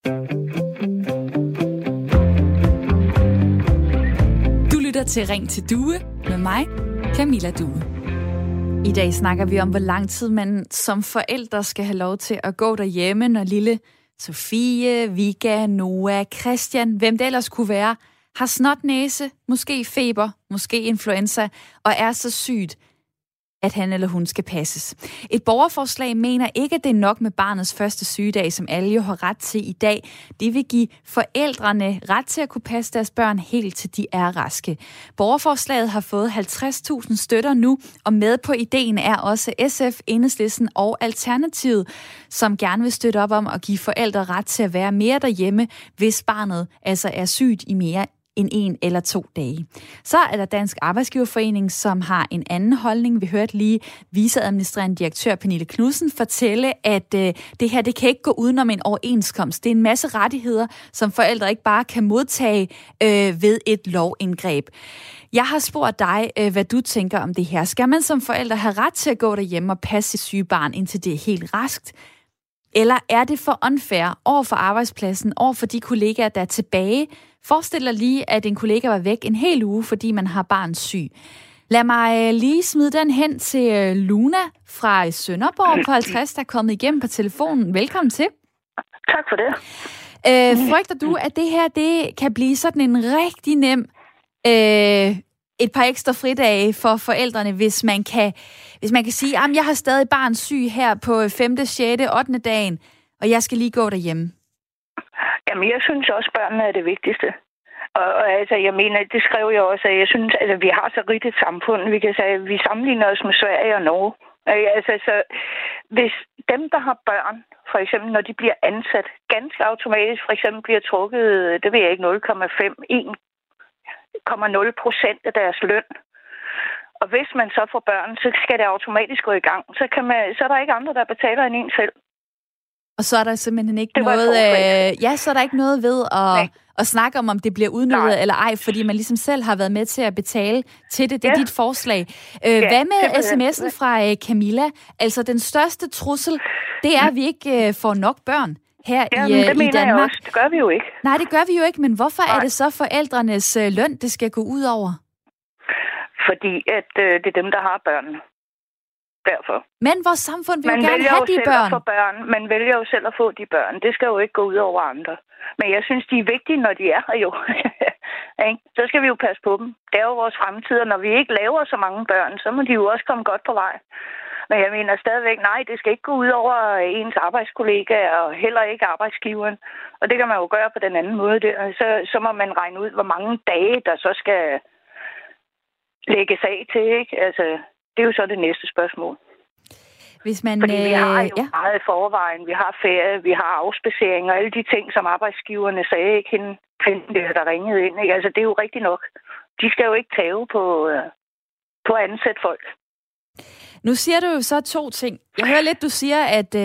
Du lytter til Ring til Due med mig, Camilla Due. I dag snakker vi om, hvor lang tid man som forældre skal have lov til at gå derhjemme, når lille Sofie, Vigga, Noah, Christian, hvem det ellers kunne være, har snotnæse, måske feber, måske influenza, og er så sygt, at han eller hun skal passes. Et borgerforslag mener ikke, at det er nok med barnets første sygedag, som alle jo har ret til i dag. Det vil give forældrene ret til at kunne passe deres børn helt til de er raske. Borgerforslaget har fået 50.000 støtter nu, og med på ideen er også SF, Enhedslisten og Alternativet, som gerne vil støtte op om at give forældre ret til at være mere derhjemme, hvis barnet altså er sygt i mere end 1 eller 2 dage. Så er der Dansk Arbejdsgiverforening, som har en anden holdning. Vi hørte lige viceadministrerende direktør Pernille Knudsen fortælle, at det her, det kan ikke gå udenom en overenskomst. Det er en masse rettigheder, som forældre ikke bare kan modtage ved et lovindgreb. Jeg har spurgt dig, hvad du tænker om det her. Skal man som forælder have ret til at gå derhjemme og passe sit syge barn, indtil det er helt raskt? Eller er det for unfair over for arbejdspladsen, over for de kollegaer, der er tilbage? Forestil dig lige, at en kollega var væk en hel uge, fordi man har barn syg. Lad mig lige smide den hen til Luna fra Sønderborg på 50, der er kommet igennem på telefonen. Velkommen til. Tak for det. Frygter du, at det her det kan blive sådan en rigtig nem et par ekstra fridage for forældrene, hvis man kan sige, at jeg har stadig barn syg her på 5., 6., 8. dagen, og jeg skal lige gå derhjemme? Jamen, jeg synes også, at børnene er det vigtigste. Og altså, jeg mener, det skrev jeg også, at jeg synes, at vi har så rigt et samfund. Vi kan sige, at vi sammenligner os med Sverige og Norge. Altså, så hvis dem, der har børn, for eksempel, når de bliver ansat, ganske automatisk for eksempel bliver trukket, det ved jeg ikke, 1,0% af deres løn. Og hvis man så får børn, så skal det automatisk gå i gang. Så er der ikke andre, der betaler end en selv. Og så er der simpelthen ikke noget... så er der ikke noget ved at snakke om det bliver udnyttet eller ej, fordi man ligesom selv har været med til at betale til det. Det er dit forslag. Hvad med sms'en fra Camilla? Altså, den største trussel, det er, at vi ikke får nok børn her i Danmark. Jeg også. Det gør vi jo ikke. Nej, det gør vi jo ikke, men hvorfor er det så forældrenes løn, det skal gå ud over? Fordi at det er dem, der har børnene. Derfor. Men vores samfund vil jo gerne have de børn. Man vælger jo selv at få de børn. Det skal jo ikke gå ud over andre. Men jeg synes, de er vigtige, når de er her jo. Så skal vi jo passe på dem. Det er jo vores fremtid, og når vi ikke laver så mange børn, så må de jo også komme godt på vej. Men jeg mener stadigvæk, nej, det skal ikke gå ud over ens arbejdskollega og heller ikke arbejdsgiveren. Og det kan man jo gøre på den anden måde der. Så må man regne ud, hvor mange dage, der så skal lægges af til, ikke? Altså, det er jo så det næste spørsmål. Fordi vi har jo meget i forvejen. Vi har ferie, vi har afspacering og alle de ting, som arbejdsgiverne sagde, ikke hende der ringede ind. Ikke? Altså, det er jo rigtigt nok. De skal jo ikke tage på at ansætte folk. Nu siger du jo så 2 ting. Jeg hører lidt, du siger,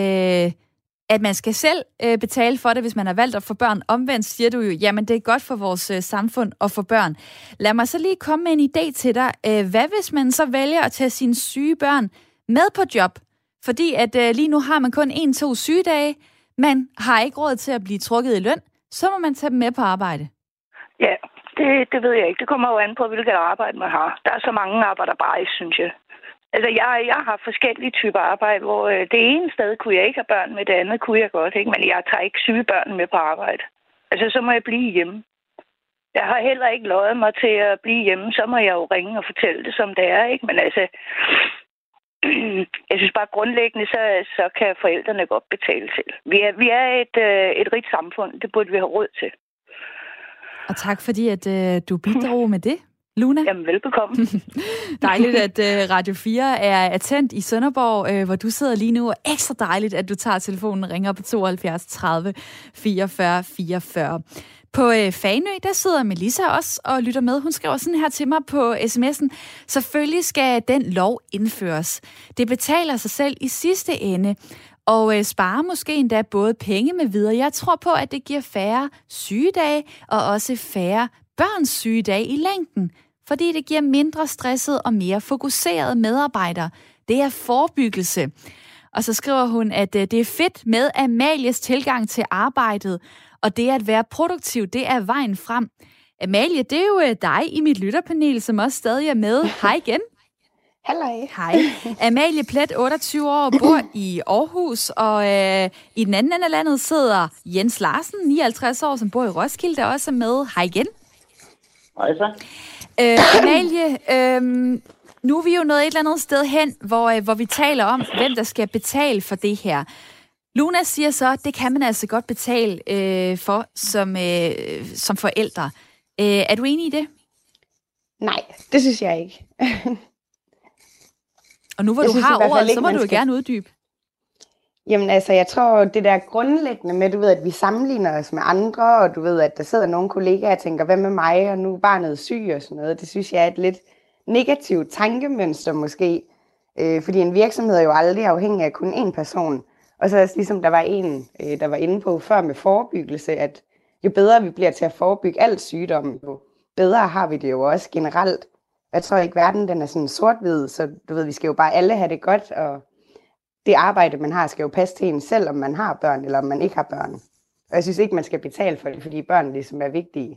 at man skal selv betale for det, hvis man har valgt at få børn. Omvendt siger du jo, jamen det er godt for vores samfund at få børn. Lad mig så lige komme med en idé til dig. Hvad hvis man så vælger at tage sine syge børn med på job? Fordi at lige nu har man kun 1-2 sygedage. Man har ikke råd til at blive trukket i løn. Så må man tage dem med på arbejde. Ja, det ved jeg ikke. Det kommer jo an på, hvilket arbejde man har. Der er så mange arbejder bare ikke, synes jeg. Altså, jeg har forskellige typer arbejde, hvor det ene sted kunne jeg ikke have børn med, det andet kunne jeg godt, ikke? Men jeg tager ikke syge børn med på arbejde. Altså, så må jeg blive hjemme. Jeg har heller ikke løjet mig til at blive hjemme, så må jeg jo ringe og fortælle det, som det er, ikke? Men altså, jeg synes bare grundlæggende, så kan forældrene godt betale til. Vi er et rigt samfund, det burde vi have råd til. Og tak fordi, at du bidrog med det, Luna. Jamen, velbekomme. Dejligt, at Radio 4 er tændt i Sønderborg, hvor du sidder lige nu, og ekstra dejligt, at du tager telefonen og ringer på 72 30 44 44. På Fanø, der sidder Melissa også og lytter med. Hun skriver sådan her til mig på sms'en: selvfølgelig skal den lov indføres. Det betaler sig selv i sidste ende, og sparer måske endda både penge med videre. Jeg tror på, at det giver færre sygedage og også færre børns sygedage i længden, fordi det giver mindre stresset og mere fokuserede medarbejdere. Det er forebyggelse. Og så skriver hun, at det er fedt med Amalies tilgang til arbejdet, og det at være produktiv, det er vejen frem. Amalie, det er jo dig i mit lytterpanel, som også stadig er med. Hej igen. Halløj. Hej. Amalie Plet, 28 år, bor i Aarhus, og i den anden ende af landet sidder Jens Larsen, 59 år, som bor i Roskilde, der også er med. Hej igen. Hej så. Amalie, nu er vi jo nået et eller andet sted hen, hvor vi taler om, hvem der skal betale for det her. Luna siger så, at det kan man altså godt betale for som forældre. Er du enig i det? Nej, det synes jeg ikke. Og nu hvor du har ordet, så må du jo gerne uddybe. Jamen altså, jeg tror, det der grundlæggende med, du ved, at vi sammenligner os med andre, og du ved, at der sidder nogle kollegaer og tænker, hvad med mig, og nu er barnet syg og sådan noget, det synes jeg er et lidt negativt tankemønster måske. Fordi en virksomhed er jo aldrig afhængig af kun én person. Og så er det ligesom, der var en, der var inde på før med forebyggelse, at jo bedre vi bliver til at forebygge al sygdom, jo bedre har vi det jo også generelt. Jeg tror ikke, verden den er sådan sort-hvid, så du ved, vi skal jo bare alle have det godt, og det arbejde, man har, skal jo passe til en selv, om man har børn, eller om man ikke har børn. Og jeg synes ikke, man skal betale for det, fordi børn ligesom er vigtige.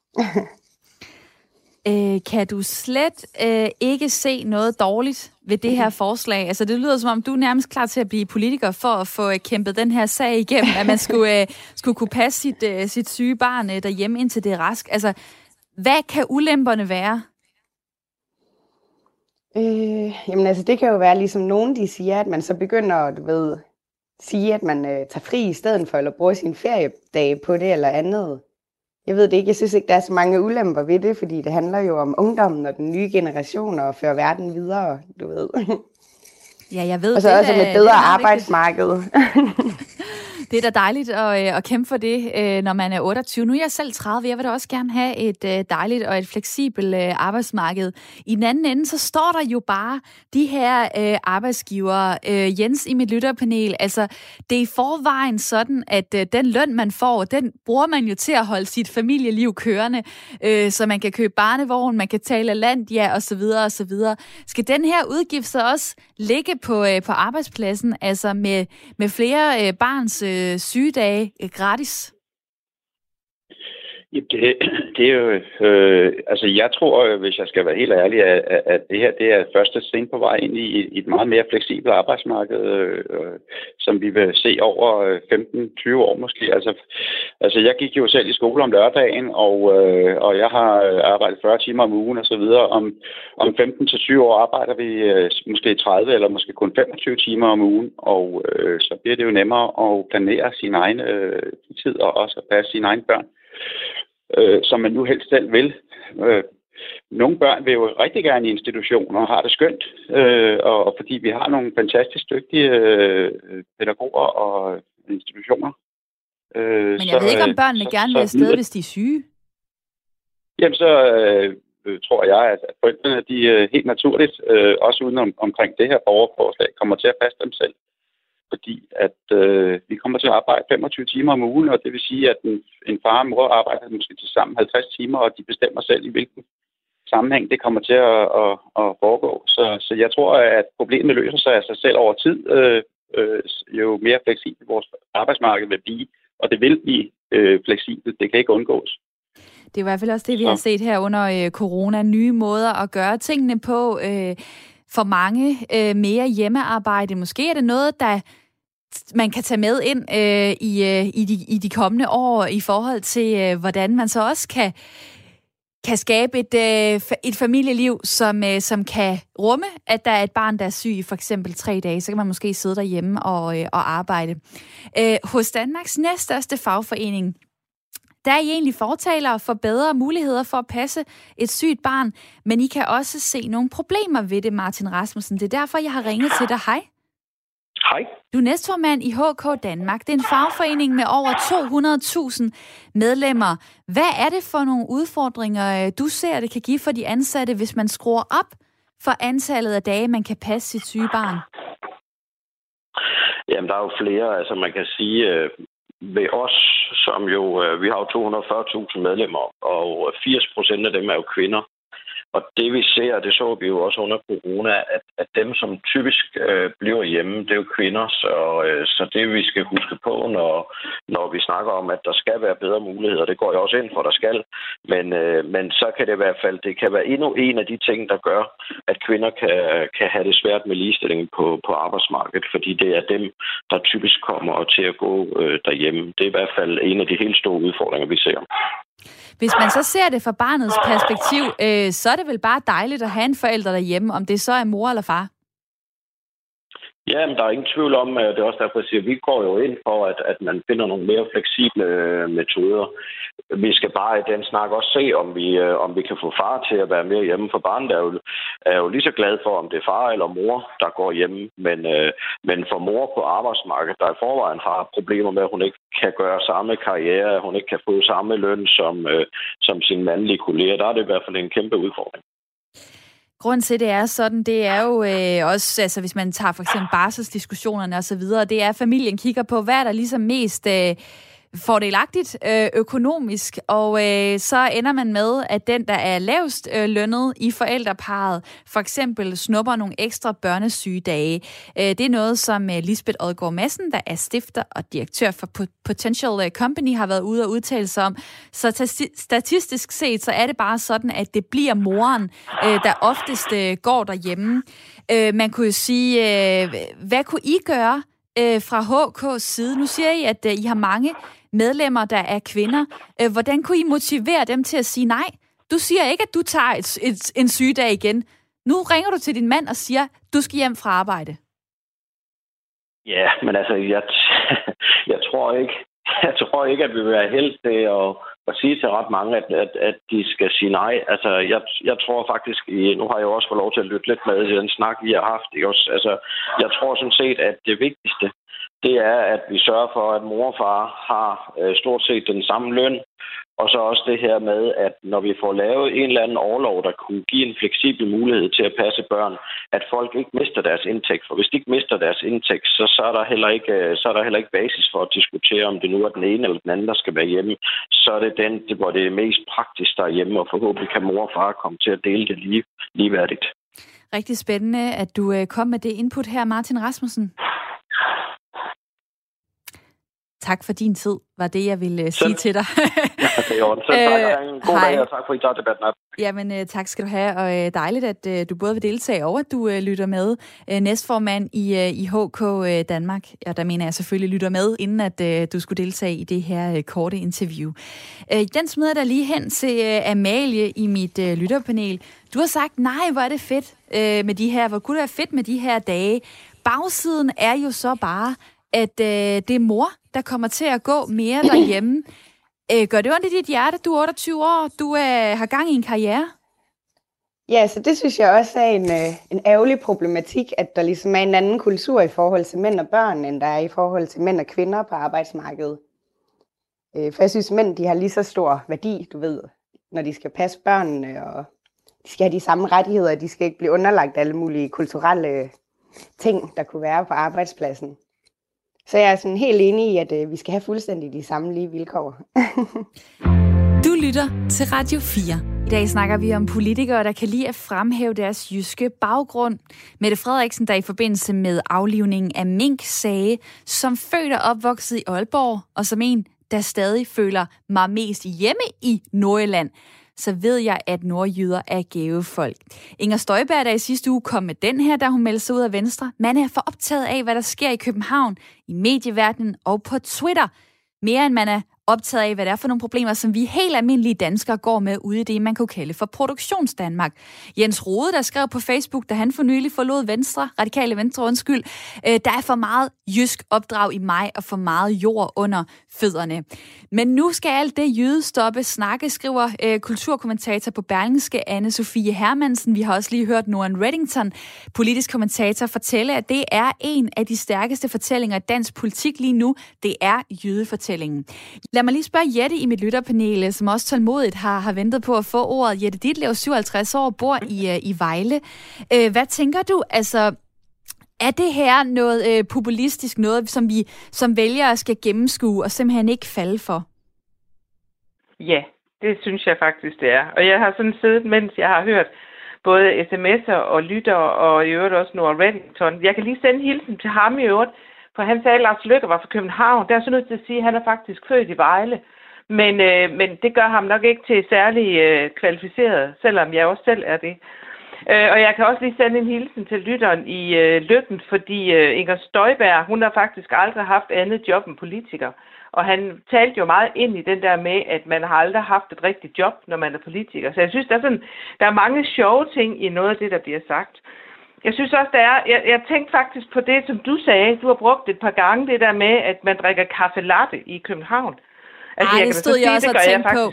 Kan du slet ikke se noget dårligt ved det her forslag? Altså, det lyder som om, du er nærmest klar til at blive politiker for at få kæmpet den her sag igennem, at man skulle kunne passe sit syge barn derhjemme, indtil det er rask. Altså, hvad kan ulemperne være? Jamen altså, det kan jo være ligesom nogen, de siger, at man så begynder, du ved, sige, at man tager fri i stedet for, eller bruger sine feriedage på det eller andet. Jeg ved det ikke. Jeg synes ikke, der er så mange ulemper ved det, fordi det handler jo om ungdommen og den nye generation og føre verden videre, du ved. Ja, jeg ved og så det. Også med bedre arbejdsmarked. Det er da dejligt at kæmpe for det, når man er 28. Nu er jeg selv 30. Jeg vil da også gerne have et dejligt og et fleksibelt arbejdsmarked. I den anden ende, så står der jo bare de her arbejdsgivere. Jens i mit lytterpanel, altså det er i forvejen sådan, at den løn, man får, den bruger man jo til at holde sit familieliv kørende, så man kan købe barnevogn, man kan tale land, ja, og så videre, og så videre. Skal den her udgift så også ligge på arbejdspladsen, altså med flere barns sygedage gratis? Det er jo... altså, jeg tror, hvis jeg skal være helt ærlig, at det her det er første trin på vej ind i et meget mere fleksibelt arbejdsmarked, som vi vil se over 15-20 år måske. Altså, jeg gik jo selv i skole om lørdagen, og jeg har arbejdet 40 timer om ugen og så videre. Om 15-20 år arbejder vi måske 30 eller måske kun 25 timer om ugen, og så bliver det jo nemmere at planere sin egen tid og også at passe sine egne børn, som man nu helst selv vil. Nogle børn vil jo rigtig gerne i institutioner og har det skønt, og fordi vi har nogle fantastisk dygtige pædagoger og institutioner. Men jeg ved ikke, om børnene gerne vil afsted, hvis de er syge? Jamen så tror jeg, at forældrene de helt naturligt, også uden omkring det her borgerforslag, kommer til at passe dem selv. Fordi at vi kommer til at arbejde 25 timer om ugen, og det vil sige, at en far og mor arbejder måske til sammen 50 timer, og de bestemmer selv, i hvilken sammenhæng det kommer til at foregå. Så jeg tror, at problemet løser sig af sig selv over tid, jo mere fleksibelt vores arbejdsmarked vil blive, og det vil blive fleksibelt. Det kan ikke undgås. Det er i hvert fald også det, vi har set her under corona. Nye måder at gøre tingene på. For mange mere hjemmearbejde. Måske er det noget, der man kan tage med ind i de kommende år i forhold til, hvordan man så også kan skabe et familieliv, som kan rumme, at der er et barn, der er syg i for eksempel 3 dage. Så kan man måske sidde derhjemme og arbejde. Hos Danmarks næststørste fagforening, der er I egentlig fortalere for bedre muligheder for at passe et sygt barn, men I kan også se nogle problemer ved det, Martin Rasmussen. Det er derfor, jeg har ringet til dig. Hej. Hej. Du er næstformand i HK Danmark. Det er en fagforening med over 200.000 medlemmer. Hvad er det for nogle udfordringer, du ser, det kan give for de ansatte, hvis man skruer op for antallet af dage, man kan passe sit syge barn? Jamen, der er jo flere. Altså, man kan sige, ved os, som jo, vi har jo 240.000 medlemmer, og 80% af dem er jo kvinder. Og det vi ser, det så vi jo også under corona, at dem, som typisk bliver hjemme, det er jo kvinder. Så det vi skal huske på, når vi snakker om, at der skal være bedre muligheder, det går jeg også ind for, der skal. Men så kan det i hvert fald, det kan være endnu en af de ting, der gør, at kvinder kan have det svært med ligestillingen på arbejdsmarkedet, fordi det er dem, der typisk kommer til at gå derhjemme. Det er i hvert fald en af de helt store udfordringer, vi ser. Hvis man så ser det fra barnets perspektiv, så er det vel bare dejligt at have en forælder derhjemme, om det så er mor eller far? Ja, men der er ingen tvivl om, at det er også derfor, jeg siger, at vi går jo ind for, at man finder nogle mere fleksible metoder. Vi skal bare i den snak også se, om vi kan få far til at være mere hjemme, for barnet er jo lige så glad for, om det er far eller mor, der går hjemme. Men for mor på arbejdsmarkedet, der i forvejen har problemer med, at hun ikke kan gøre samme karriere, at hun ikke kan få samme løn som sine mandlige kolleger, der er det i hvert fald en kæmpe udfordring. Grunden til, det er sådan, det er jo også, altså hvis man tager for eksempel barselsdiskussionerne og så videre, det er, at familien kigger på, hvad er der ligesom mest fordelagtigt økonomisk, og så ender man med, at den, der er lavest lønnet i forældreparret, for eksempel snupper nogle ekstra børnesygedage. Det er noget, som Lisbeth Odgaard Madsen, der er stifter og direktør for Potential Company, har været ude og udtale sig om. Så statistisk set, så er det bare sådan, at det bliver moren, der oftest går derhjemme. Man kunne jo sige, hvad kunne I gøre fra HK's side? Nu siger I, at I har mange medlemmer, der er kvinder. Hvordan kunne I motivere dem til at sige nej? Du siger ikke, at du tager en sygedag igen. Nu ringer du til din mand og siger, du skal hjem fra arbejde. Ja, men altså, jeg tror ikke, at vi vil være helst til at sige til ret mange, at de skal sige nej. Altså, jeg tror faktisk, nu har jeg jo også fået lov til at lytte lidt med i den snak, vi har haft. Ikke også? Altså, jeg tror sådan set, at det vigtigste, det er, at vi sørger for, at mor og far har stort set den samme løn. Og så også det her med, at når vi får lavet en eller anden orlov, der kunne give en fleksibel mulighed til at passe børn, at folk ikke mister deres indtægt. For hvis de ikke mister deres indtægt, så er der heller ikke basis for at diskutere, om det nu er den ene eller den anden, der skal være hjemme. Så er det den, hvor det er mest praktisk derhjemme, og forhåbentlig kan mor og far komme til at dele det ligeværdigt. Rigtig spændende, at du kom med det input her, Martin Rasmussen. Tak for din tid, var det, jeg ville sige til dig. Det er jo tak. En god dag, og tak for, at I tager debatten op. Jamen, tak skal du have, og dejligt, at du både vil deltage og at du lytter med. Næstformand i HK Danmark, og der mener jeg selvfølgelig lytter med, inden at du skulle deltage i det her korte interview. Den smider der lige hen til Amalie i mit lytterpanel. Du har sagt, nej, hvor er det fedt med de her, hvor kunne det være fedt med de her dage. Bagsiden er jo så bare, at det er mor, der kommer til at gå mere derhjemme. Gør det ondt i dit hjerte? Du er 28 år, du har gang i en karriere. Ja, så det synes jeg også er en ærgerlig problematik, at der ligesom er en anden kultur i forhold til mænd og børn, end der er i forhold til mænd og kvinder på arbejdsmarkedet. For jeg synes, mænd de har lige så stor værdi, du ved, når de skal passe børnene, og de skal have de samme rettigheder, de skal ikke blive underlagt alle mulige kulturelle ting, der kunne være på arbejdspladsen. Så jeg er sådan helt enig i, at vi skal have fuldstændig de samme lige vilkår. Du lytter til Radio 4. I dag snakker vi om politikere, der kan lide at fremhæve deres jyske baggrund. Mette Frederiksen, der i forbindelse med aflivningen af mink sagde, som født og opvokset i Aalborg, og som en, der stadig føler mig mest hjemme i Nordjylland, så ved jeg, at nordjyder er gavefolk. Inger Støjberg, der i sidste uge kom med den her, da hun meldte sig ud af Venstre. Man er for optaget af, hvad der sker i København, i medieverdenen og på Twitter. Mere end man er optaget af, hvad det er for nogle problemer, som vi helt almindelige danskere går med ude i det, man kunne kalde for Produktionsdanmark. Jens Rode, der skrev på Facebook, da han for nylig forlod Radikale Venstre, der er for meget jysk opdrag i mig og for meget jord under fødderne. Men nu skal alt det jyde stoppe snakke, skriver kulturkommentator på Berlingske, Anne-Sophie Hermansen. Vi har også lige hørt Noan Reddington, politisk kommentator, fortælle, at det er en af de stærkeste fortællinger i dansk politik lige nu. Det er jydefortællingen. Lad mig lige spørge Jette i mit lytterpanel, som også tålmodigt har ventet på at få ordet. Jette Ditlev, 57 år, bor i Vejle. Hvad tænker du? Altså, er det her noget populistisk, noget som vi som vælgere skal gennemskue og simpelthen ikke falde for? Ja, Det synes jeg faktisk, det er. Og jeg har sådan siddet, mens jeg har hørt både sms'er og lytter, og i øvrigt også Nora Reddington. Jeg kan lige sende hilsen til ham i øvrigt, for han sagde, at Lars Løkke var fra København. Der er så nødt til at sige, at han er faktisk født i Vejle. Men det gør ham nok ikke til særlig kvalificeret, selvom jeg også selv er det. Og jeg kan også lige sende en hilsen til lytteren i Løkken, fordi Inger Støjberg, hun har faktisk aldrig haft andet job end politiker. Og han talte jo meget ind i den der med, at man har aldrig haft et rigtigt job, når man er politiker. Så jeg synes, der er mange sjove ting i noget af det, der bliver sagt. Jeg synes også, jeg tænkte faktisk på det, som du sagde. Du har brugt et par gange det der med, at man drikker kaffe latte i København. Altså, det stod jeg også og tænkte på.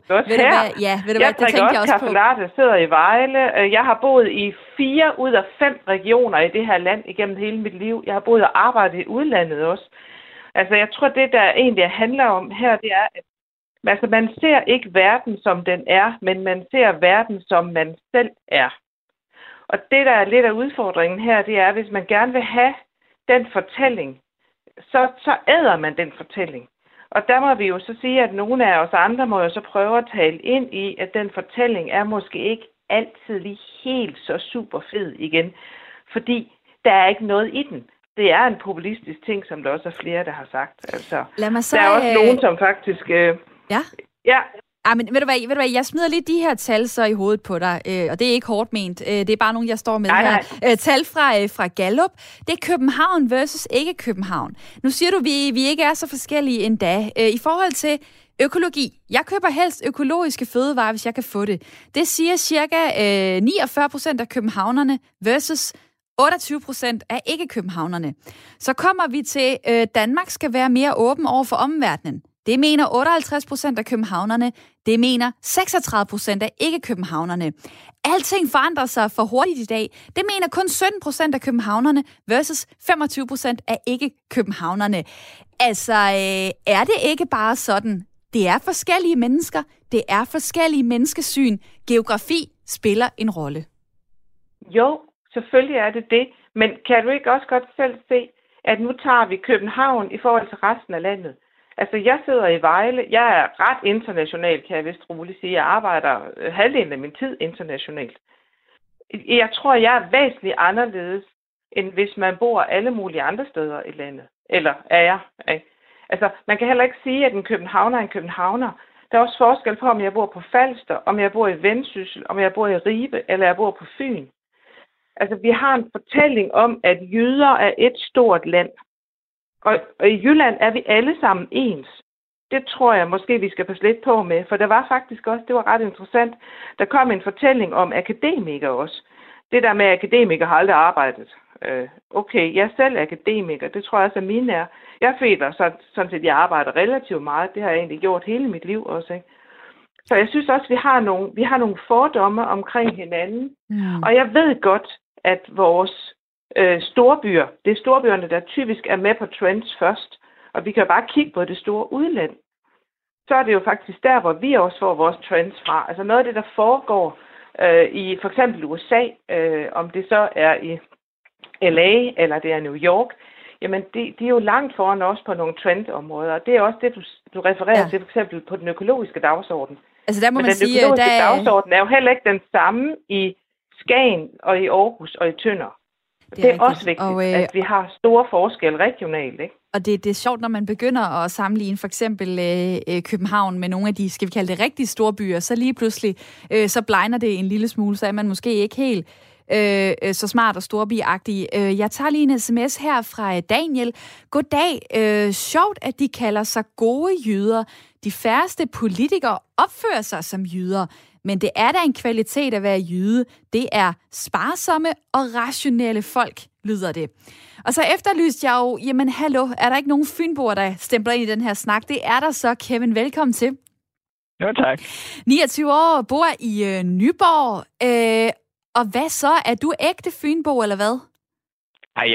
Jeg drikker også kaffe latte, sidder i Vejle. Jeg har boet i 4 ud af 5 regioner i det her land igennem hele mit liv. Jeg har boet og arbejdet i udlandet også. Altså, jeg tror, det der egentlig handler om her, det er, at man ser ikke verden, som den er, men man ser verden, som man selv er. Og det, der er lidt af udfordringen her, det er, at hvis man gerne vil have den fortælling, så æder man den fortælling. Og der må vi jo så sige, at nogle af os andre må jo så prøve at tale ind i, at den fortælling er måske ikke altid lige helt så super fed igen. Fordi der er ikke noget i den. Det er en populistisk ting, som der også er flere, der har sagt. Altså, lad mig så, der er også nogen, som faktisk... Ja. Men ved du hvad, jeg smider lige de her tal så i hovedet på dig, og det er ikke hårdt ment. Det er bare nogle, jeg står med her. Tal fra Gallup. Det er København versus ikke København. Nu siger du, vi ikke er så forskellige endda. I forhold til økologi. Jeg køber helst økologiske fødevarer, hvis jeg kan få det. Det siger cirka 49% af københavnerne versus 28% af ikke-københavnerne. Så kommer vi til, Danmark skal være mere åben over for omverdenen. Det mener 58% af københavnerne. Det mener 36% af ikke-københavnerne. Alting forandrer sig for hurtigt i dag. Det mener kun 17% af københavnerne versus 25% af ikke-københavnerne. Altså, er det ikke bare sådan? Det er forskellige mennesker. Det er forskellige menneskesyn. Geografi spiller en rolle. Jo, selvfølgelig er det det. Men kan du ikke også godt selv se, at nu tager vi København i forhold til resten af landet? Altså, jeg sidder i Vejle. Jeg er ret international, kan jeg vist roligt sige. Jeg arbejder halvdelen af min tid internationalt. Jeg tror, jeg er væsentligt anderledes, end hvis man bor alle mulige andre steder i landet. Eller er jeg? Ikke? Altså, man kan heller ikke sige, at en københavner er en københavner. Der er også forskel på, om jeg bor på Falster, om jeg bor i Vendsyssel, om jeg bor i Ribe, eller jeg bor på Fyn. Altså, vi har en fortælling om, at jyder er et stort land. Og i Jylland er vi alle sammen ens. Det tror jeg måske, vi skal passe lidt på med. For der var faktisk også, det var ret interessant, der kom en fortælling om akademikere også. Det der med, at akademikere har aldrig arbejdet. Okay, jeg selv er akademiker, det tror jeg også, at mine er. Jeg føler sådan set, at jeg arbejder relativt meget. Det har jeg egentlig gjort hele mit liv også, ikke? Så jeg synes også, at vi har nogle fordomme omkring hinanden. Mm. Og jeg ved godt, at vores storbyer, det er storbyerne, der typisk er med på trends først. Og vi kan bare kigge på det store udland. Så er det jo faktisk der, hvor vi også får vores trends fra. Altså noget af det, der foregår i for eksempel USA, om det så er i LA eller det er New York, jamen de er jo langt foran os på nogle trendområder. Og det er også det, du refererer til, for eksempel på den økologiske dagsorden. Altså der må man sige, den økologiske dagsorden er jo heller ikke den samme i Skagen og i Aarhus og i Tønder. Det er også vigtigt, at vi har store forskelle regionalt, ikke? Og det er sjovt, når man begynder at sammenligne for eksempel København med nogle af de, skal vi kalde det, rigtige store byer, så lige pludselig, så blegner det en lille smule, så er man måske ikke helt så smart og storbyagtig. Jeg tager lige en sms her fra Daniel. Goddag. Sjovt, at de kalder sig gode jyder. De færreste politikere opfører sig som jyder. Men det er da en kvalitet at være jyde. Det er sparsomme og rationelle folk, lyder det. Og så efterlyste jeg jo, jamen hallo, er der ikke nogen fynboer, der stempler ind i den her snak? Det er der så, Kevin. Velkommen til. Jo, tak. 29 år, bor i Nyborg. Og hvad så? Er du ægte fynbo, eller hvad? Nej,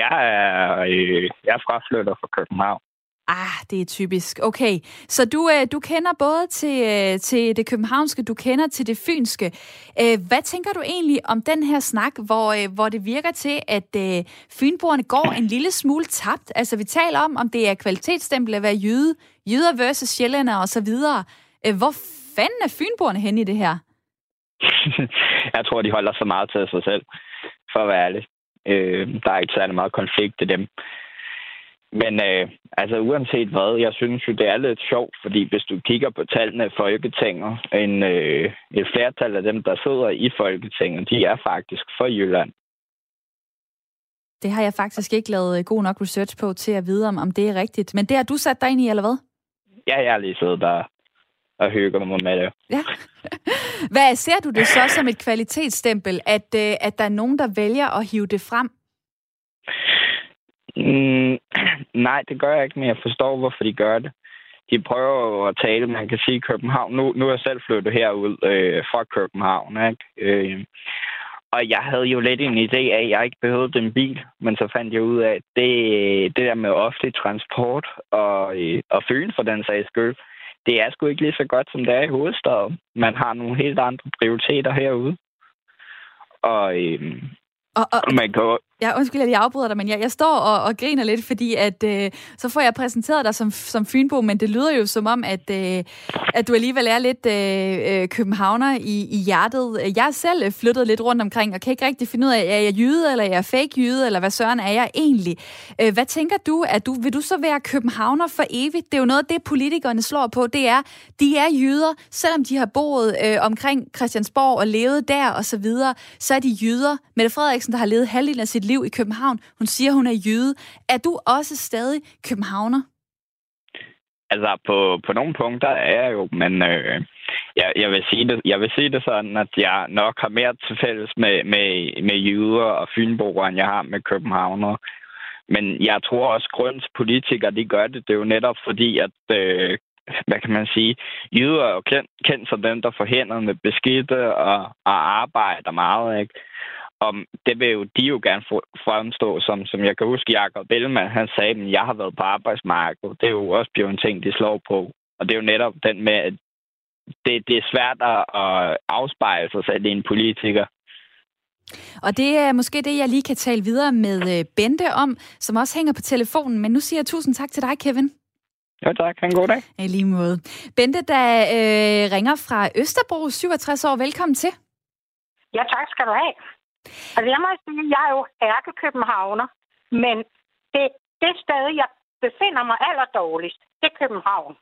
jeg er fraflytter fra København. Det er typisk. Okay, så du kender både til det københavnske, du kender til det fynske. Hvad tænker du egentlig om den her snak, hvor det virker til, at fynboerne går en lille smule tabt? Altså, vi taler om det er kvalitetsstempel at være jyder versus sjællænder og så videre. Hvor fanden er fynboerne henne i det her? Jeg tror, de holder så meget til sig selv, for at være ærlig. Der er ikke særlig meget konflikt til dem. Men altså uanset hvad, jeg synes jo, det er lidt sjovt, fordi hvis du kigger på tallene i Folketinget, et flertal af dem, der sidder i Folketinget, de er faktisk fra Jylland. Det har jeg faktisk ikke lavet god nok research på til at vide, om det er rigtigt. Men det har du sat dig ind i, eller hvad? Ja, jeg har lige siddet der og hygger mig med det. Ja. Hvad ser du det så som et kvalitetsstempel, at der er nogen, der vælger at hive det frem? Nej, det gør jeg ikke, men jeg forstår, hvorfor de gør det. De prøver at tale, man kan sige, København. Nu er jeg selv flyttet herud fra København, ikke? Og jeg havde jo lidt en idé af, at jeg ikke behøvede den bil, men så fandt jeg ud af, at det der med offentlig transport og Fyn for den sags skyld, det er sgu ikke lige så godt, som det er i hovedstaden. Man har nogle helt andre prioriteter herude. Og man kan... Ja, undskyld, at jeg afbryder dig, men jeg står og griner lidt, fordi at så får jeg præsenteret dig som fynbo, men det lyder jo som om, at du alligevel er lidt københavner i hjertet. Jeg er selv flyttet lidt rundt omkring, og kan ikke rigtig finde ud af, er jeg jyde, eller er jeg fake jyde, eller hvad søren er jeg egentlig? Hvad tænker du? Vil du så være københavner for evigt? Det er jo noget af det, politikerne slår på. Det er, de er jyder, selvom de har boet omkring Christiansborg og levet der og så videre, så er de jyder. Mette Frederiksen, der har levet halvdelen af sit liv i København. Hun siger, hun er jyde. Er du også stadig københavner? Altså, på nogle punkter er jeg jo, men jeg vil sige det sådan, at jeg nok har mere til fælles med jyder og fynboer, end jeg har med københavner. Men jeg tror også, at grunden til politikere, de gør det, det er jo netop fordi, at hvad kan man sige, jyder er jo kendt som dem, der får hænderne beskidte og arbejder meget, ikke? Og det vil jo de jo gerne fremstå som jeg kan huske, Jakob Ellemann, han sagde, at jeg har været på arbejdsmarkedet. Det er jo også blevet en ting, de slår på. Og det er jo netop den med, at det er svært at afspejle sig selv i en politiker. Og det er måske det, jeg lige kan tale videre med Bente om, som også hænger på telefonen. Men nu siger jeg tusind tak til dig, Kevin. Jo, tak. Ha' en god dag. I lige måde. Bente, der ringer fra Østerbro, 67 år. Velkommen til. Ja, tak skal du have. Altså, jeg må sige, at jeg er jo ærkekøbenhavner, men det sted, jeg befinder mig allerdårligst, det er København.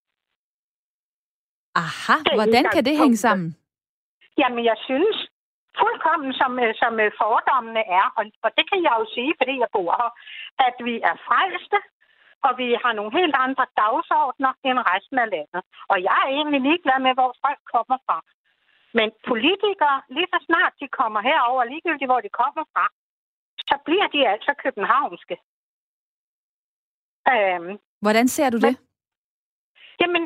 Aha, hvordan kan det hænge sammen? Jamen, jeg synes fuldkommen, som fordommene er, og det kan jeg jo sige, fordi jeg bor her, at vi er frelste, og vi har nogle helt andre dagsordner end resten af landet. Og jeg er egentlig ligeglad med, hvor folk kommer fra. Men politikere, lige så snart de kommer herover, ligegyldigt hvor de kommer fra, så bliver de altså københavnske. Hvordan ser du det? Jamen,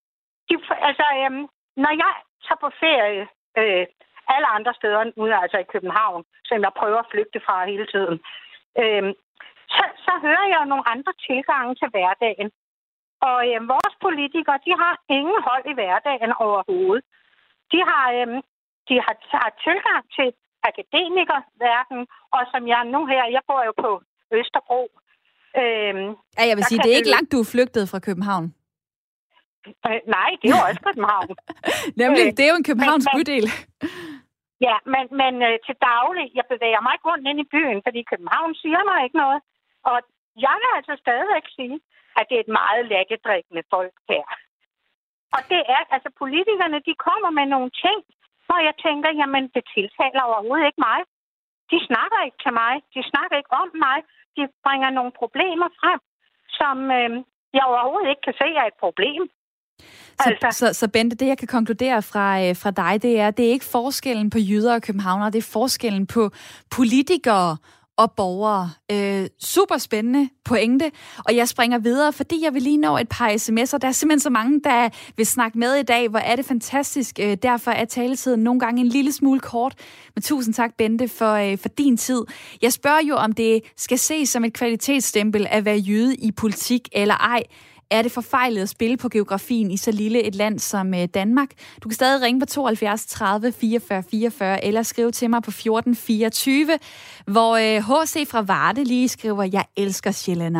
når jeg tager på ferie alle andre steder ude, altså i København, som jeg prøver at flygte fra hele tiden, så hører jeg jo nogle andre tilgange til hverdagen. Og vores politikere, de har ingen hold i hverdagen overhovedet. De har tilgang til akademikerverden, og som jeg nu her, jeg bor jo på Østerbro. Jeg vil sige, det er ikke langt, du er flygtet fra København. Nej, det er jo også København. Nemlig, det er jo en Københavns bydel. Ja, men til daglig, jeg bevæger mig ikke rundt ind i byen, fordi København siger mig ikke noget. Og jeg vil altså stadigvæk sige, at det er et meget lattedrikkende folk her. Og det er, altså politikerne, de kommer med nogle ting, hvor jeg tænker, jamen det tiltaler overhovedet ikke mig. De snakker ikke til mig, de snakker ikke om mig, de bringer nogle problemer frem, som jeg overhovedet ikke kan se er et problem. Så Bente, det jeg kan konkludere fra dig, det er ikke forskellen på jyder og københavnere, det er forskellen på politikere og borgere. Super spændende pointe, og jeg springer videre, fordi jeg vil lige nå et par sms'er. Der er simpelthen så mange, der vil snakke med i dag. Hvor er det fantastisk. Derfor er taletiden nogle gange en lille smule kort. Men tusind tak, Bente, for din tid. Jeg spørger jo, om det skal ses som et kvalitetsstempel at være jyde i politik eller ej. Er det forfejlet at spille på geografien i så lille et land som Danmark? Du kan stadig ringe på 72 30 44 44 eller skrive til mig på 14 24, hvor H.C. fra Varde lige skriver, jeg elsker sjællændere.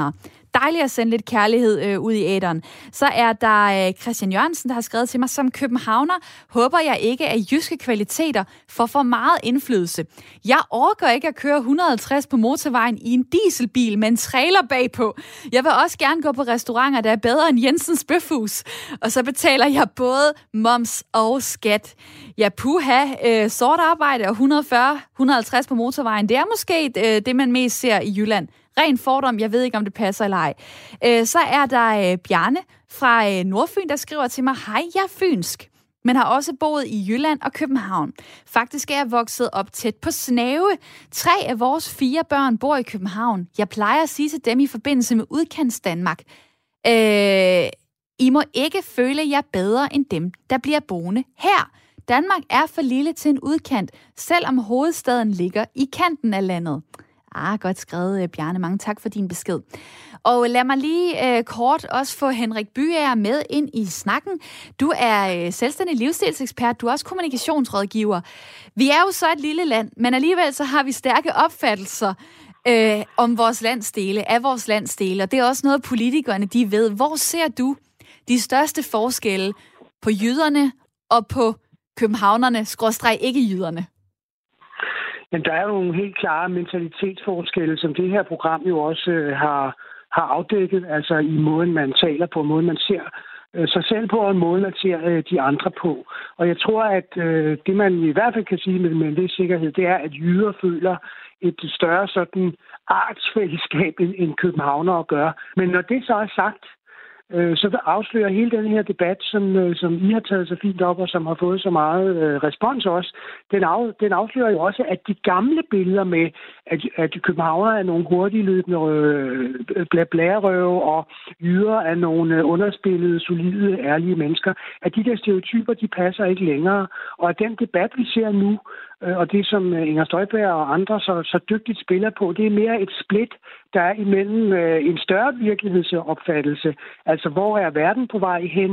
Dejligt at sende lidt kærlighed ud i æteren. Så er der Christian Jørgensen, der har skrevet til mig, som københavner håber jeg ikke, at jyske kvaliteter får for meget indflydelse. Jeg orker ikke at køre 150 på motorvejen i en dieselbil med en trailer bagpå. Jeg vil også gerne gå på restauranter, der er bedre end Jensens Bøfhus. Og så betaler jeg både moms og skat. Ja, puha, sort arbejde og 140-150 på motorvejen. Det er måske det, man mest ser i Jylland. Ren fordom, jeg ved ikke, om det passer eller ej. Så er der Bjarne fra Nordfyn, der skriver til mig, hej, jeg er fynsk, men har også boet i Jylland og København. Faktisk er jeg vokset op tæt på Snave. 3 af vores 4 børn bor i København. Jeg plejer at sige til dem i forbindelse med Udkants Danmark, I må ikke føle jer bedre end dem, der bliver boende her. Danmark er for lille til en udkant, selvom hovedstaden ligger i kanten af landet. Godt skrevet, Bjarne. Mange tak for din besked. Og lad mig lige kort også få Henrik Byager med ind i snakken. Du er selvstændig livsstilsekspert, du er også kommunikationsrådgiver. Vi er jo så et lille land, men alligevel så har vi stærke opfattelser om vores landsdele, af vores landsdele, og det er også noget, politikerne de ved. Hvor ser du de største forskelle på jyderne og på københavnerne, /ikke-jyderne? Men der er jo nogle helt klare mentalitetsforskelle, som det her program jo også har afdækket, altså i måden, man taler på, måden, man ser sig selv på, og måden, man ser de andre på. Og jeg tror, at det, man i hvert fald kan sige med en vis sikkerhed, det er, at jyder føler et større sådan artsfællesskab, end københavnere gør. Men når det så er sagt, så afslører hele den her debat, som I har taget så fint op, og som har fået så meget respons også, den afslører jo også, at de gamle billeder med, at københavnere er nogle hurtigløbende blærerøve, og jyder er nogle underspillede, solide, ærlige mennesker, at de der stereotyper, de passer ikke længere. Og at den debat, vi ser nu, og det, som Inger Støjberg og andre så dygtigt spiller på, det er mere et split, der er imellem en større virkelighedsopfattelse. Altså, hvor er verden på vej hen?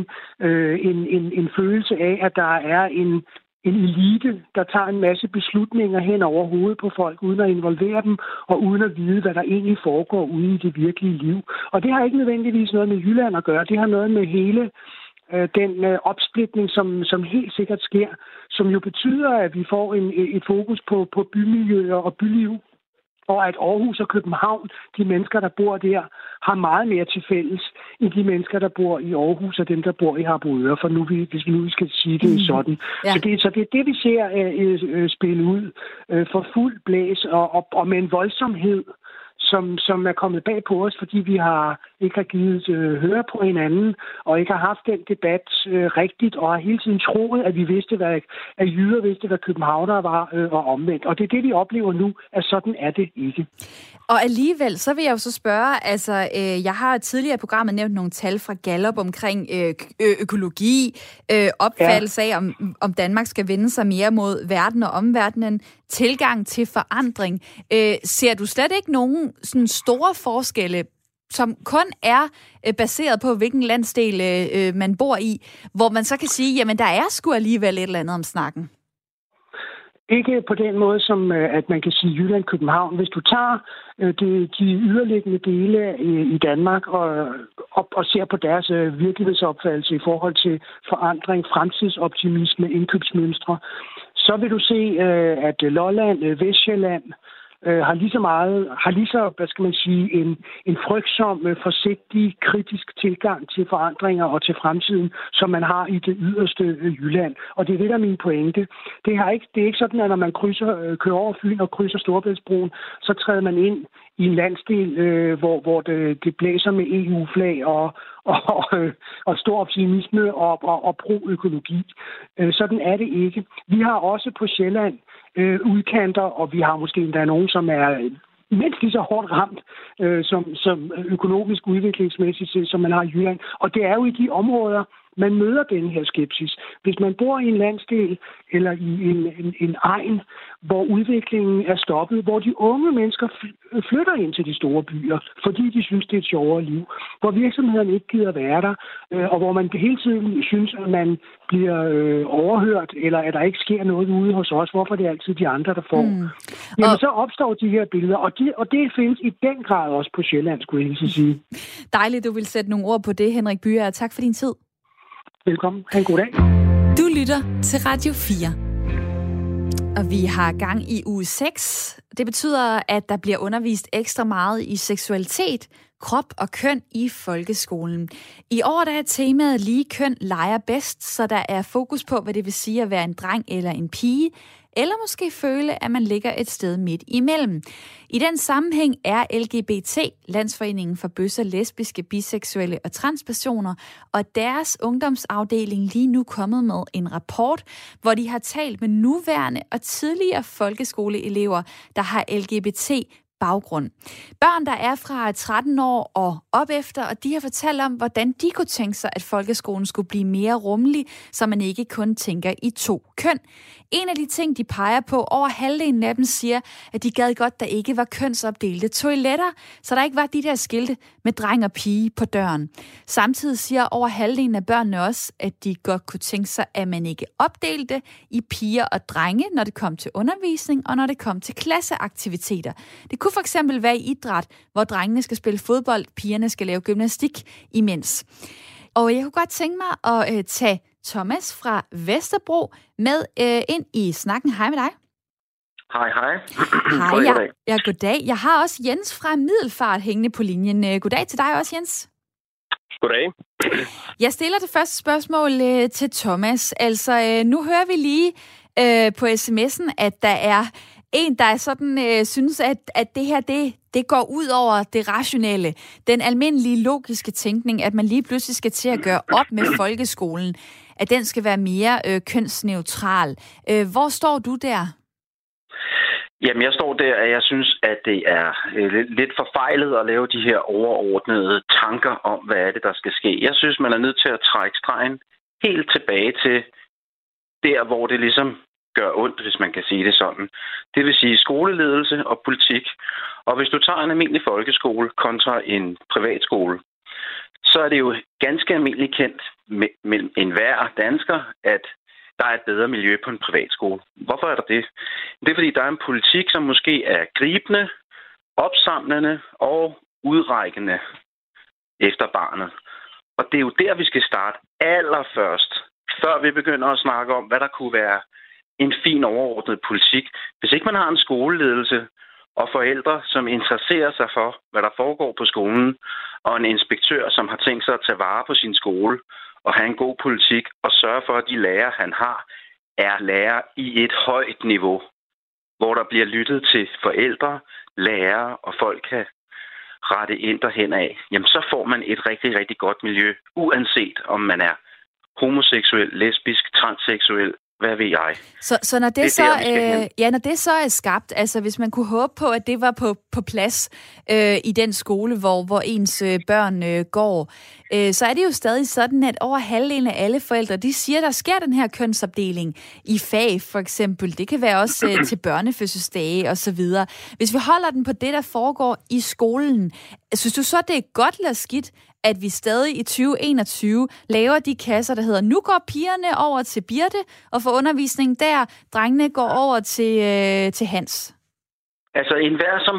En følelse af, at der er en elite, der tager en masse beslutninger hen over hovedet på folk, uden at involvere dem, og uden at vide, hvad der egentlig foregår ude i det virkelige liv. Og det har ikke nødvendigvis noget med Jylland at gøre. Det har noget med hele den opsplitning, som helt sikkert sker, som jo betyder, at vi får et fokus på bymiljøer og byliv, og at Aarhus og København, de mennesker, der bor der, har meget mere til fælles end de mennesker, der bor i Aarhus, og dem, der bor i Harboøre, for hvis vi nu skal sige det sådan. Ja. Så det er det, vi ser spille ud for fuld blæs og med en voldsomhed, som er kommet bag på os, fordi vi ikke har givet høre på hinanden, og ikke har haft den debat rigtigt, og har hele tiden troet, at vi vidste, at jyder vidste, hvad københavnere var, og omvendt. Og det er det, vi oplever nu, at sådan er det ikke. Og alligevel, så vil jeg jo så spørge, altså, jeg har tidligere i programmet nævnt nogle tal fra Gallup omkring økologi, opfattelse af, om Danmark skal vende sig mere mod verden og omverdenen, tilgang til forandring. Ser du slet ikke nogen sådan store forskelle, som kun er baseret på, hvilken landsdel man bor i, hvor man så kan sige, jamen der er sgu alligevel et eller andet om snakken? Ikke på den måde, som at man kan sige Jylland-København. Hvis du tager de yderliggende dele i Danmark og ser på deres virkelighedsopfattelse i forhold til forandring, fremtidsoptimisme, indkøbsmønstre, så vil du se, at Lolland, Vestsjælland har lige så, hvad skal man sige, en frygtsom, forsigtig, kritisk tilgang til forandringer og til fremtiden, som man har i det yderste Jylland. Og det er det, der er min pointe. Det er ikke sådan, at når man kører over Fyn og krydser Storebæltsbroen, så træder man ind i en landsdel, hvor det blæser med EU-flag og stor optimisme og pro-økologi. Sådan er det ikke. Vi har også på Sjælland udkanter, og vi har måske endda nogen, som er mindst lige så hårdt ramt som økonomisk udviklingsmæssigt, som man har i Jylland. Og det er jo i de områder, man møder den her skepsis. Hvis man bor i en landsdel eller i en egn, hvor udviklingen er stoppet, hvor de unge mennesker flytter ind til de store byer, fordi de synes, det er et sjovere liv, hvor virksomhederne ikke gider være der, og hvor man hele tiden synes, at man bliver overhørt, eller at der ikke sker noget ude hos os, hvorfor det er altid de andre, der får. Jamen, så opstår de her billeder, og det findes i den grad også på Sjælland, skulle jeg sige. Dejligt, du vil sætte nogle ord på det, Henrik Byager. Tak for din tid. Velkommen. Ha' en god dag. Du lytter til Radio 4. Og vi har gang i uge 6. Det betyder, at der bliver undervist ekstra meget i seksualitet, krop og køn i folkeskolen. I år der er temaet lige køn leger bedst, så der er fokus på, hvad det vil sige at være en dreng eller en pige, eller måske føle, at man ligger et sted midt imellem. I den sammenhæng er LGBT, Landsforeningen for bøsser, lesbiske, biseksuelle og transpersoner, og deres ungdomsafdeling lige nu kommet med en rapport, hvor de har talt med nuværende og tidligere folkeskoleelever, der har LGBT baggrund. Børn, der er fra 13 år og op efter, og de har fortalt om, hvordan de kunne tænke sig, at folkeskolen skulle blive mere rummelig, så man ikke kun tænker i 2 køn. En af de ting, de peger på, over halvdelen af dem siger, at de gad godt, der ikke var kønsopdelte toiletter, så der ikke var de der skilte med dreng og pige på døren. Samtidig siger over halvdelen af børnene også, at de godt kunne tænke sig, at man ikke opdelte i piger og drenge, når det kom til undervisning og når det kom til klasseaktiviteter. Det kunne for eksempel være i idræt, hvor drengene skal spille fodbold, pigerne skal lave gymnastik imens. Og jeg kunne godt tænke mig at tage Thomas fra Vesterbro med ind i snakken. Hej med dig. Hej. Hej, goddag. Jeg har også Jens fra Middelfart hængende på linjen. Goddag til dig også, Jens. Goddag. Jeg stiller det første spørgsmål til Thomas. Altså, nu hører vi lige på sms'en, at der er en, der sådan synes, at det her, det går ud over det rationelle. Den almindelige logiske tænkning, at man lige pludselig skal til at gøre op med folkeskolen, at den skal være mere kønsneutral. Hvor står du der? Jamen, jeg står der, at jeg synes, at det er lidt forfejlet at lave de her overordnede tanker om, hvad er det, der skal ske. Jeg synes, man er nødt til at trække stregen helt tilbage til der, hvor det ligesom gør ondt, hvis man kan sige det sådan. Det vil sige skoleledelse og politik. Og hvis du tager en almindelig folkeskole kontra en privatskole, så er det jo ganske almindeligt kendt mellem enhver dansker, at der er et bedre miljø på en privatskole. Hvorfor er der det? Det er, fordi der er en politik, som måske er gribende, opsamlende og udrækkende efter barnet. Og det er jo der, vi skal starte allerførst, før vi begynder at snakke om, hvad der kunne være en fin overordnet politik. Hvis ikke man har en skoleledelse og forældre, som interesserer sig for, hvad der foregår på skolen, og en inspektør, som har tænkt sig at tage vare på sin skole og have en god politik og sørge for, at de lærere, han har, er lærere i et højt niveau, hvor der bliver lyttet til forældre, lærere og folk kan rette ind derhen af, jamen så får man et rigtig, rigtig godt miljø, uanset om man er homoseksuel, lesbisk, transseksuel, hvad ved jeg? Så når det, når det så er skabt, altså hvis man kunne håbe på, at det var på plads i den skole, hvor ens børn går, så er det jo stadig sådan, at over halvdelen af alle forældre, de siger, der sker den her kønsopdeling i fag, for eksempel. Det kan være også til børnefødselsdage og så videre. Hvis vi holder den på det, der foregår i skolen, synes du så, det er godt eller skidt, at vi stadig i 2021 laver de kasser, der hedder, nu går pigerne over til Birte og får undervisning der, drengene går over til Hans? Altså, enhver, som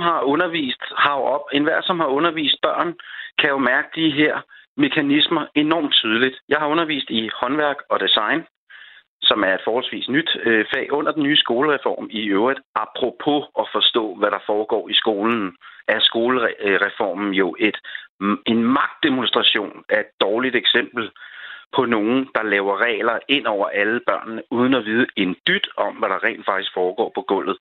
har undervist børn, kan jo mærke de her mekanismer enormt tydeligt. Jeg har undervist i håndværk og design, som er et forholdsvis nyt fag under den nye skolereform i øvrigt. Apropos at forstå, hvad der foregår i skolen, er skolereformen jo en magtdemonstration af et dårligt eksempel på nogen, der laver regler ind over alle børnene, uden at vide en dyt om, hvad der rent faktisk foregår på gulvet.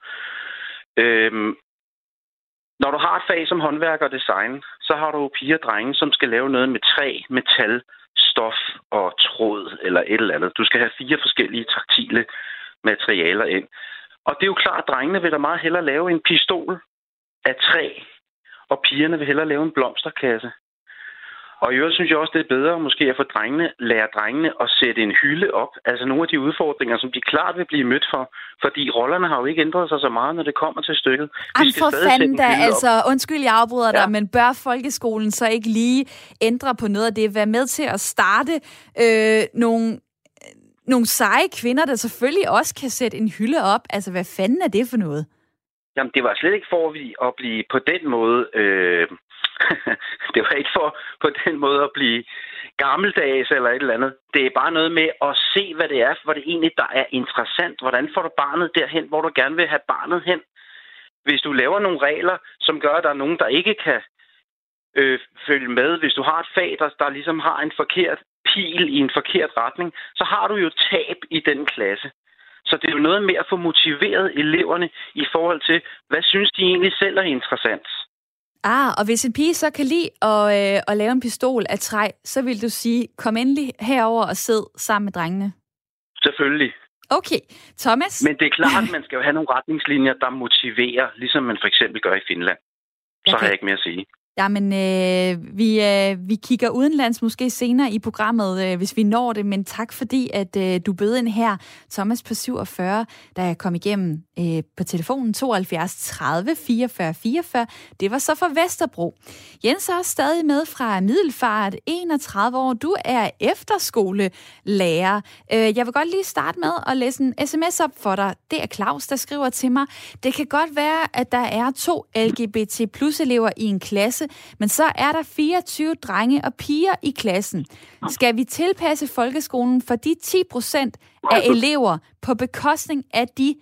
Når du har et fag som håndværk og design, så har du piger og drenge, som skal lave noget med træ, metal, stof og tråd eller et eller andet. Du skal have 4 forskellige taktile materialer ind. Og det er jo klart, at drengene vil da meget hellere lave en pistol af træ, og pigerne vil hellere lave en blomsterkasse. Og i øvrigt synes jeg også, det er bedre måske at få lære drengene at sætte en hylde op. Altså nogle af de udfordringer, som de klart vil blive mødt for. Fordi rollerne har jo ikke ændret sig så meget, når det kommer til stykket. For fanden da, altså undskyld, jeg afbryder dig, men bør folkeskolen så ikke lige ændre på noget af det? Være med til at starte nogle seje kvinder, der selvfølgelig også kan sætte en hylde op. Altså hvad fanden er det for noget? Jamen det var slet ikke for at blive på den måde... det var ikke for på den måde at blive gammeldags eller et eller andet. Det er bare noget med at se, hvad det er, hvor det egentlig der er interessant. Hvordan får du barnet derhen, hvor du gerne vil have barnet hen? Hvis du laver nogle regler, som gør, at der er nogen, der ikke kan følge med. Hvis du har et fag, der ligesom har en forkert pil i en forkert retning, så har du jo tab i den klasse. Så det er jo noget med at få motiveret eleverne i forhold til, hvad synes de egentlig selv er interessant. Og hvis en pige så kan lide at lave en pistol af træ, så vil du sige, kom endelig herover og sid sammen med drengene. Selvfølgelig. Okay, Thomas? Men det er klart, at man skal jo have nogle retningslinjer, der motiverer, ligesom man for eksempel gør i Finland. Så har jeg ikke mere at sige. Jamen, vi kigger udenlands måske senere i programmet, hvis vi når det, men tak fordi, at du bød ind her, Thomas på 47, der kom igennem på telefonen 72 30 44 44. Det var så fra Vesterbro. Jens er også stadig med fra Middelfart, 31 år. Du er efterskolelærer. Jeg vil godt lige starte med at læse en sms op for dig. Det er Claus, der skriver til mig. Det kan godt være, at der er 2 LGBT plus elever i en klasse, men så er der 24 drenge og piger i klassen. Skal vi tilpasse folkeskolen for de 10% af elever på bekostning af de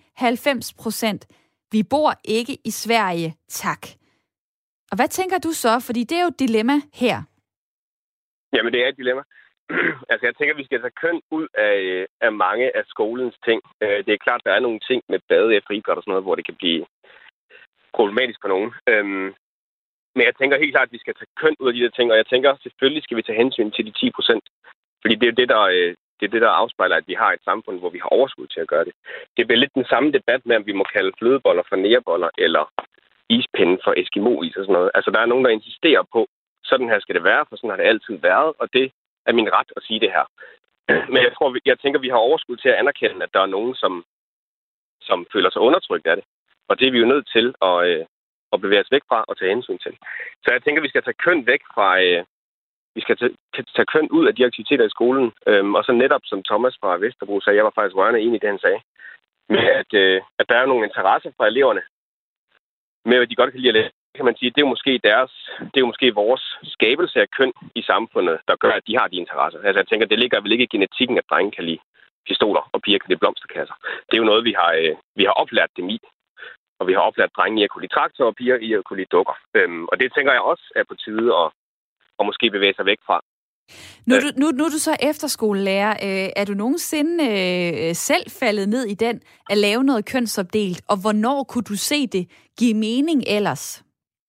90%? Vi bor ikke i Sverige, tak. Og hvad tænker du så? Fordi det er jo et dilemma her. Jamen, det er et dilemma. Altså, jeg tænker, at vi skal tage køn ud af mange af skolens ting. Det er klart, der er nogle ting med bade og friidræt og sådan noget, hvor det kan blive problematisk for nogen. Men jeg tænker helt klart, at vi skal tage køn ud af de der ting, og jeg tænker, selvfølgelig skal vi tage hensyn til de 10%. Fordi det er jo det, der afspejler, at vi har et samfund, hvor vi har overskud til at gøre det. Det bliver lidt den samme debat med, om vi må kalde flødeboller for næreboller, eller ispinde for eskimo-is og sådan noget. Altså, der er nogen, der insisterer på, sådan her skal det være, for sådan har det altid været, og det er min ret at sige det her. Men jeg tænker, vi har overskud til at anerkende, at der er nogen, som føler sig undertrykt af det. Og det er vi jo nødt til at bevæge os væk fra og tage hensyn til. Så jeg tænker, at vi skal tage køn væk fra... vi skal tage køn ud af de aktiviteter i skolen. Og så netop, som Thomas fra Vesterbro sagde, jeg var faktisk rørende enig i det, han sagde, med at der er nogle interesser fra eleverne, med hvad de godt kan lide at læse. Kan man sige, det er jo måske vores skabelse af køn i samfundet, der gør, at de har de interesser. Altså jeg tænker, det ligger vel ikke i genetikken, at drenge kan lide pistoler, og piger kan lide blomsterkasser. Det er jo noget, vi har oplært dem i. Og vi har oplært drenge i at kunne lide traktor, og piger i at kunne lide dukker. Og det tænker jeg også er på tide at måske bevæge sig væk fra. Nu er du så efterskolelærer. Er du nogensinde selv faldet ned i den at lave noget kønsopdelt? Og hvornår kunne du se det give mening ellers?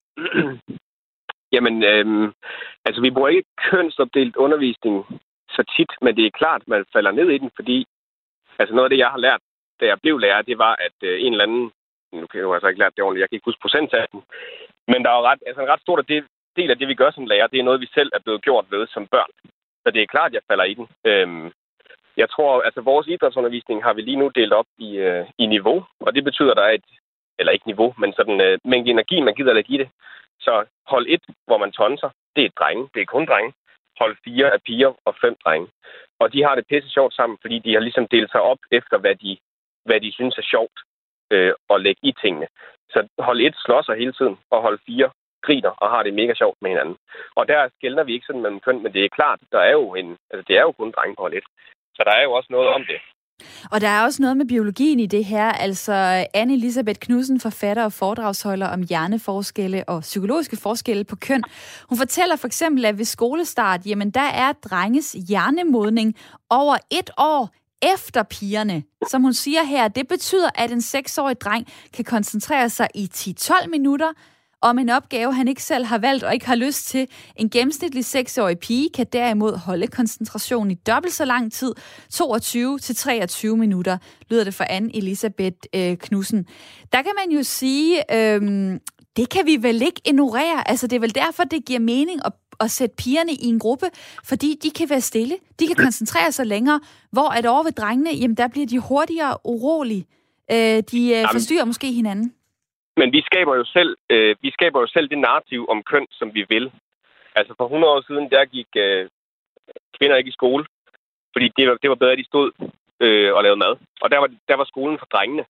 Jamen, altså vi bruger ikke kønsopdelt undervisning så tit, men det er klart, at man falder ned i den, fordi altså noget af det, jeg har lært, da jeg blev lærer, det var, at en eller anden, nu kan jeg jo altså ikke lært det ordentligt, jeg kan ikke huske procentsatsen, men der er jo en ret stor del af det, vi gør som lærer, det er noget, vi selv er blevet gjort ved som børn. Så det er klart, at jeg falder i den. Jeg tror, altså vores idrætsundervisning har vi lige nu delt op i niveau, og det betyder, at der er eller ikke niveau, men sådan mængde energi, man gider at give det. Så hold 1, hvor man tonser, det er drenge, det er kun drenge. Hold 4 er piger og 5 drenge. Og de har det pisse sjovt sammen, fordi de har ligesom delt sig op efter, hvad de synes er sjovt at lægge i tingene. Så hold 1 slår sig hele tiden, og hold 4 griner og har det mega sjovt med hinanden. Og der skelner vi ikke sådan mellem køn, men det er klart, der er jo det er jo kun drenge på hold 1. Så der er jo også noget om det. Og der er også noget med biologien i det her. Altså Anne Elisabeth Knudsen, forfatter og foredragsholder om hjerneforskelle og psykologiske forskelle på køn. Hun fortæller for eksempel, at ved skolestart, jamen der er drenges hjernemodning over 1 år efter pigerne. Som hun siger her, det betyder, at en 6-årig dreng kan koncentrere sig i 10-12 minutter om en opgave, han ikke selv har valgt og ikke har lyst til. En gennemsnitlig 6-årig pige kan derimod holde koncentrationen i dobbelt så lang tid, 22-23 minutter, lyder det for Anne Elisabeth Knudsen. Der kan man jo sige, det kan vi vel ikke ignorere. Altså det er vel derfor, det giver mening at at sætte pigerne i en gruppe, fordi de kan være stille, de kan koncentrere sig længere, hvor at over ved drengene, jamen der bliver de hurtigere urolige. De forstyrrer måske hinanden. Men vi skaber jo selv det narrativ om køn, som vi vil. Altså for 100 år siden, der gik kvinder ikke i skole, fordi det var bedre, at de stod og lavede mad. Og der var skolen for drengene.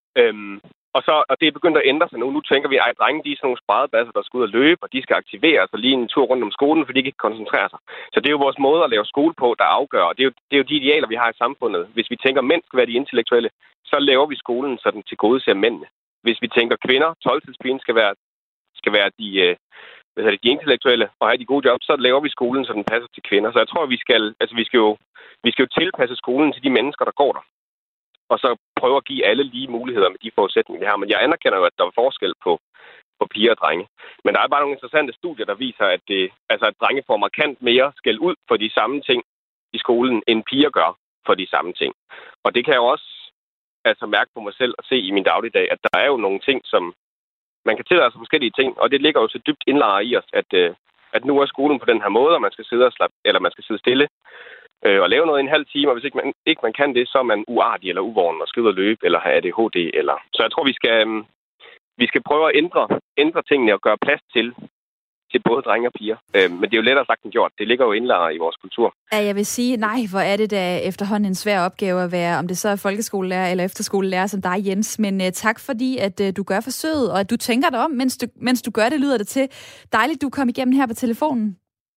Og det er begyndt at ændre sig nu. Nu tænker vi, at drenge, de er sådan nogle spredebasser, der skal ud og løbe, og de skal aktivere sig lige en tur rundt om skolen, fordi de ikke kan koncentrere sig. Så det er jo vores måde at lave skole på, der afgør. Og det er jo de idealer, vi har i samfundet. Hvis vi tænker, at mænd skal være de intellektuelle, så laver vi skolen, så den tilgodeser mændene. Hvis vi tænker, at kvinder, 12-tidspigen, skal være de intellektuelle og have de gode jobs, så laver vi skolen, så den passer til kvinder. Så jeg tror, vi skal jo tilpasse skolen til de mennesker, der går der. Og så prøve at give alle lige muligheder med de forudsætninger, vi har. Men jeg anerkender jo, at der er forskel på piger og drenge. Men der er bare nogle interessante studier, der viser, at drenge får markant mere skæld ud for de samme ting i skolen, end piger gør for de samme ting. Og det kan jeg jo også mærke på mig selv og se i min dagligdag, at der er jo nogle ting, som man kan tillade sig forskellige ting, og det ligger jo så dybt indlejret i os, at nu er skolen på den her måde, og man skal sidde stille og lave noget i en halv time, og hvis ikke man kan det, så er man uartig eller uvågen og skal ud og løbe, eller have ADHD. Så jeg tror, vi skal prøve at ændre tingene og gøre plads til både drenge og piger. Men det er jo lettere sagt end gjort. Det ligger jo indlejret i vores kultur. Ja, jeg vil sige, nej, hvor er det da efterhånden en svær opgave at være, om det så er folkeskolelærer eller efterskolelærer som dig, Jens. Men tak fordi, at du gør forsøget, og at du tænker dig om, mens du gør det, lyder det til. Dejligt, du kom igennem her på telefonen.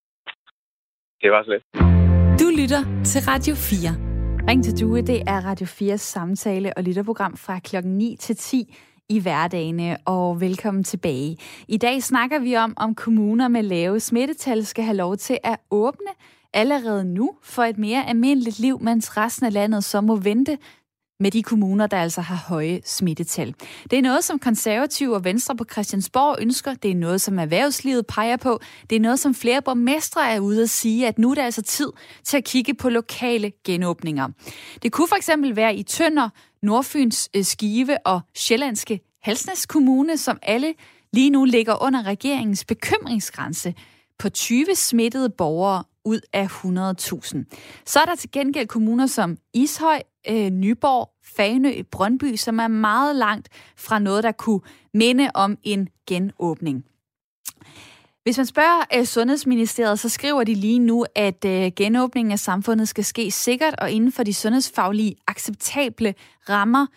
Det var så lidt. Du lytter til Radio 4. Ring til Due, det er Radio 4's samtale- og lytterprogram fra klokken 9 til 10 i hverdagene, og velkommen tilbage. I dag snakker vi om kommuner med lave smittetal skal have lov til at åbne allerede nu for et mere almindeligt liv, mens resten af landet så må vente med de kommuner, der altså har høje smittetal. Det er noget, som Konservative og Venstre på Christiansborg ønsker. Det er noget, som erhvervslivet peger på. Det er noget, som flere borgmestre er ude at sige, at nu er det altså tid til at kigge på lokale genåbninger. Det kunne for eksempel være i Tønder, Nordfyns Skive og Sjællandske Halsnæs Kommune, som alle lige nu ligger under regeringens bekymringsgrænse på 20 smittede borgere ud af 100.000. Så er der til gengæld kommuner som Ishøj, Nyborg, Fanø, Brøndby, som er meget langt fra noget, der kunne minde om en genåbning. Hvis man spørger Sundhedsministeriet, så skriver de lige nu, at genåbningen af samfundet skal ske sikkert og inden for de sundhedsfaglige acceptable rammer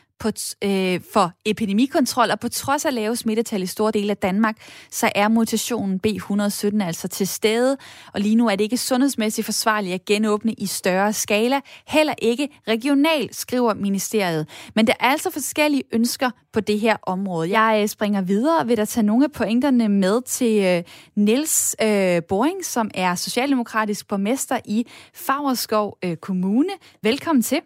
for epidemikontrol, og på trods af lave smittetal i store dele af Danmark, så er mutationen B117 altså til stede, og lige nu er det ikke sundhedsmæssigt forsvarligt at genåbne i større skala, heller ikke regionalt, skriver ministeriet. Men der er altså forskellige ønsker på det her område. Jeg springer videre og vil da tage nogle af pointerne med til Niels Boring, som er socialdemokratisk borgmester i Favrskov Kommune. Velkommen til.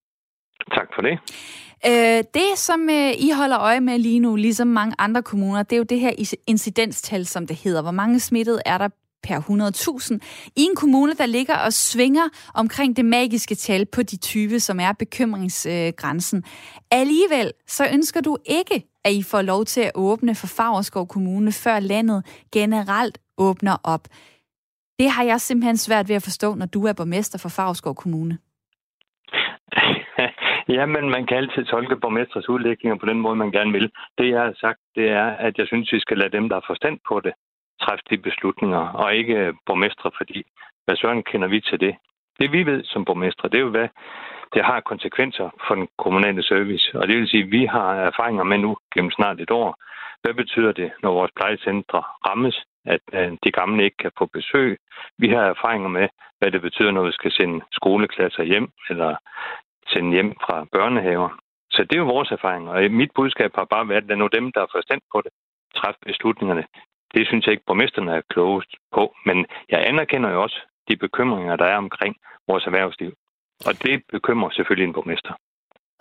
Tak for det. Det, som I holder øje med lige nu, ligesom mange andre kommuner, det er jo det her incidenstal, som det hedder. Hvor mange smittede er der per 100.000? I en kommune, der ligger og svinger omkring det magiske tal på de 20, som er bekymringsgrænsen. Alligevel, så ønsker du ikke, at I får lov til at åbne for Favrskov Kommune, før landet generelt åbner op. Det har jeg simpelthen svært ved at forstå, når du er borgmester for Favrskov Kommune. Ja, men man kan altid tolke borgmestres udlægninger på den måde, man gerne vil. Det, jeg har sagt, det er, at jeg synes, vi skal lade dem, der har forstand på det, træffe de beslutninger, og ikke borgmestre, fordi hvad søren kender vi til det? Det vi ved som borgmestre, det er jo, hvad det har konsekvenser for den kommunale service. Og det vil sige, at vi har erfaringer med nu gennem snart et år. Hvad betyder det, når vores plejecentre rammes, at de gamle ikke kan få besøg? Vi har erfaringer med, hvad det betyder, når vi skal sende skoleklasser hjem, eller sende hjem fra børnehaver. Så det er jo vores erfaring, og mit budskab har bare været, at det er nu dem, der har forstand på det, træffe beslutningerne. Det synes jeg ikke, borgmesterne er klogest på, men jeg anerkender jo også de bekymringer, der er omkring vores erhvervsliv. Og det bekymrer selvfølgelig en borgmester. Og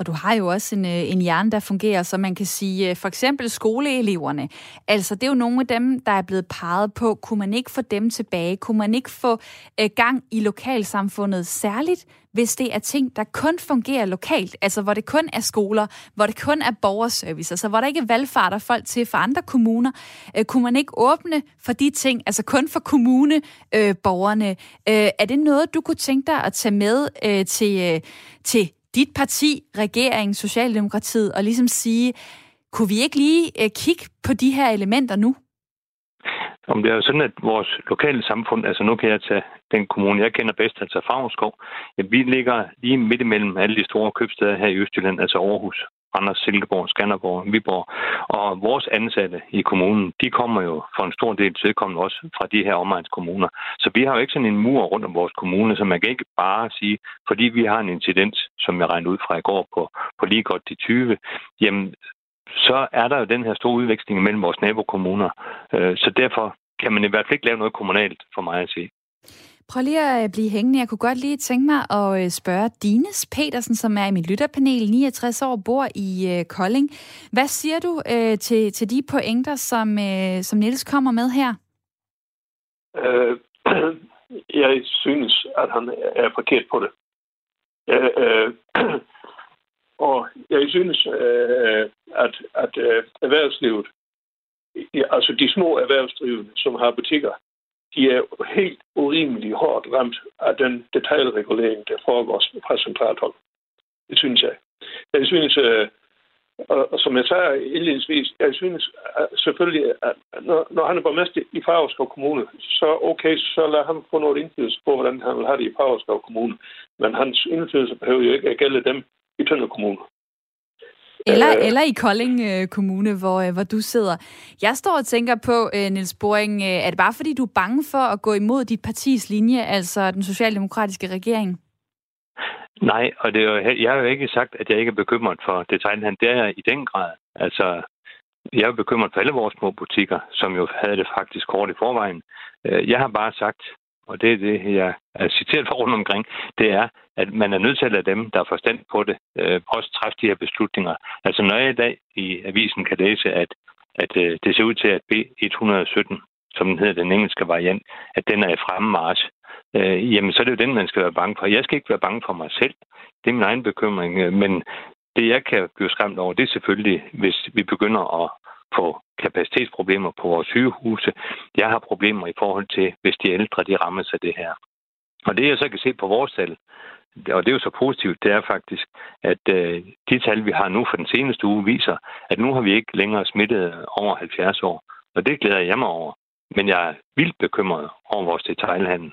Og du har jo også en hjerne, der fungerer, så man kan sige, for eksempel skoleeleverne. Altså, det er jo nogle af dem, der er blevet peget på. Kunne man ikke få dem tilbage? Kunne man ikke få gang i lokalsamfundet? Særligt, hvis det er ting, der kun fungerer lokalt. Altså, hvor det kun er skoler, hvor det kun er borgerservice, altså hvor der ikke er valgfarter folk til fra andre kommuner. Kunne man ikke åbne for de ting, altså kun for kommuneborgerne? Er det noget, du kunne tænke dig at tage med til dit parti, regeringen, Socialdemokratiet, og ligesom sige, kunne vi ikke lige kigge på de her elementer nu? Om det er jo sådan, at vores lokale samfund, altså nu kan jeg tage den kommune, jeg kender bedst, altså Favrskov, vi ligger lige midt imellem alle de store købsteder her i Østjylland, altså Aarhus, Randers, Silkeborg, Skanderborg, Viborg. Og vores ansatte i kommunen, de kommer jo for en stor del vedkommende også fra de her omegnskommuner. Så vi har jo ikke sådan en mur rundt om vores kommune, så man kan ikke bare sige, fordi vi har en incidens, som jeg regnede ud fra i går på lige godt de 20, jamen så er der jo den her store udveksling mellem vores nabokommuner. Så derfor kan man i hvert fald ikke lave noget kommunalt, for mig at sige. Prøv lige at blive hængende. Jeg kunne godt lige tænke mig at spørge Dines Petersen, som er i mit lytterpanel, 69 år, bor i Kolding. Hvad siger du til de pointer, som Niels kommer med her? Jeg synes, at han er forkert på det. Og jeg synes, at erhvervslivet, altså de små erhvervsdrivende, som har butikker, de er helt urimeligt hårdt ramt af den detailregulering, der foregår fra centralt hold. Det synes jeg. Jeg synes, og som jeg sagde indledningsvis, jeg synes selvfølgelig, at når han er borgmester i Favrskov Kommune, så okay, så lad ham få noget indflydelse på, hvordan han vil have det i Favrskov Kommune. Men hans indflydelse behøver jo ikke at gælde dem i Tønder Kommune. Eller i Kolding Kommune, hvor du sidder. Jeg står og tænker på, Niels Boring, er det bare fordi, du er bange for at gå imod dit partis linje, altså den socialdemokratiske regering? Nej, og jeg har jo ikke sagt, at jeg ikke er bekymret for detailhandel. Det er i den grad. Altså, jeg er bekymret for alle vores små butikker, som jo havde det faktisk kort i forvejen. Jeg har bare sagt, og det er det, jeg er citeret for rundt omkring, det er, at man er nødt til at lade dem, der er forstand på det, også træffe de her beslutninger. Altså når jeg i dag i avisen kan læse, at det ser ud til, at B117, som den hedder den engelske variant, at den er i fremmarch, jamen så er det jo den, man skal være bange for. Jeg skal ikke være bange for mig selv. Det er min egen bekymring. Men det, jeg kan blive skræmt over, det er selvfølgelig, hvis vi begynder at få kapacitetsproblemer på vores sygehuse. Jeg har problemer i forhold til, hvis de ældre, de rammes af det her. Og det, jeg så kan se på vores tal, og det er jo så positivt, det er faktisk, at de tal, vi har nu for den seneste uge, viser, at nu har vi ikke længere smittet over 70 år. Og det glæder jeg mig over. Men jeg er vildt bekymret over vores detailhandel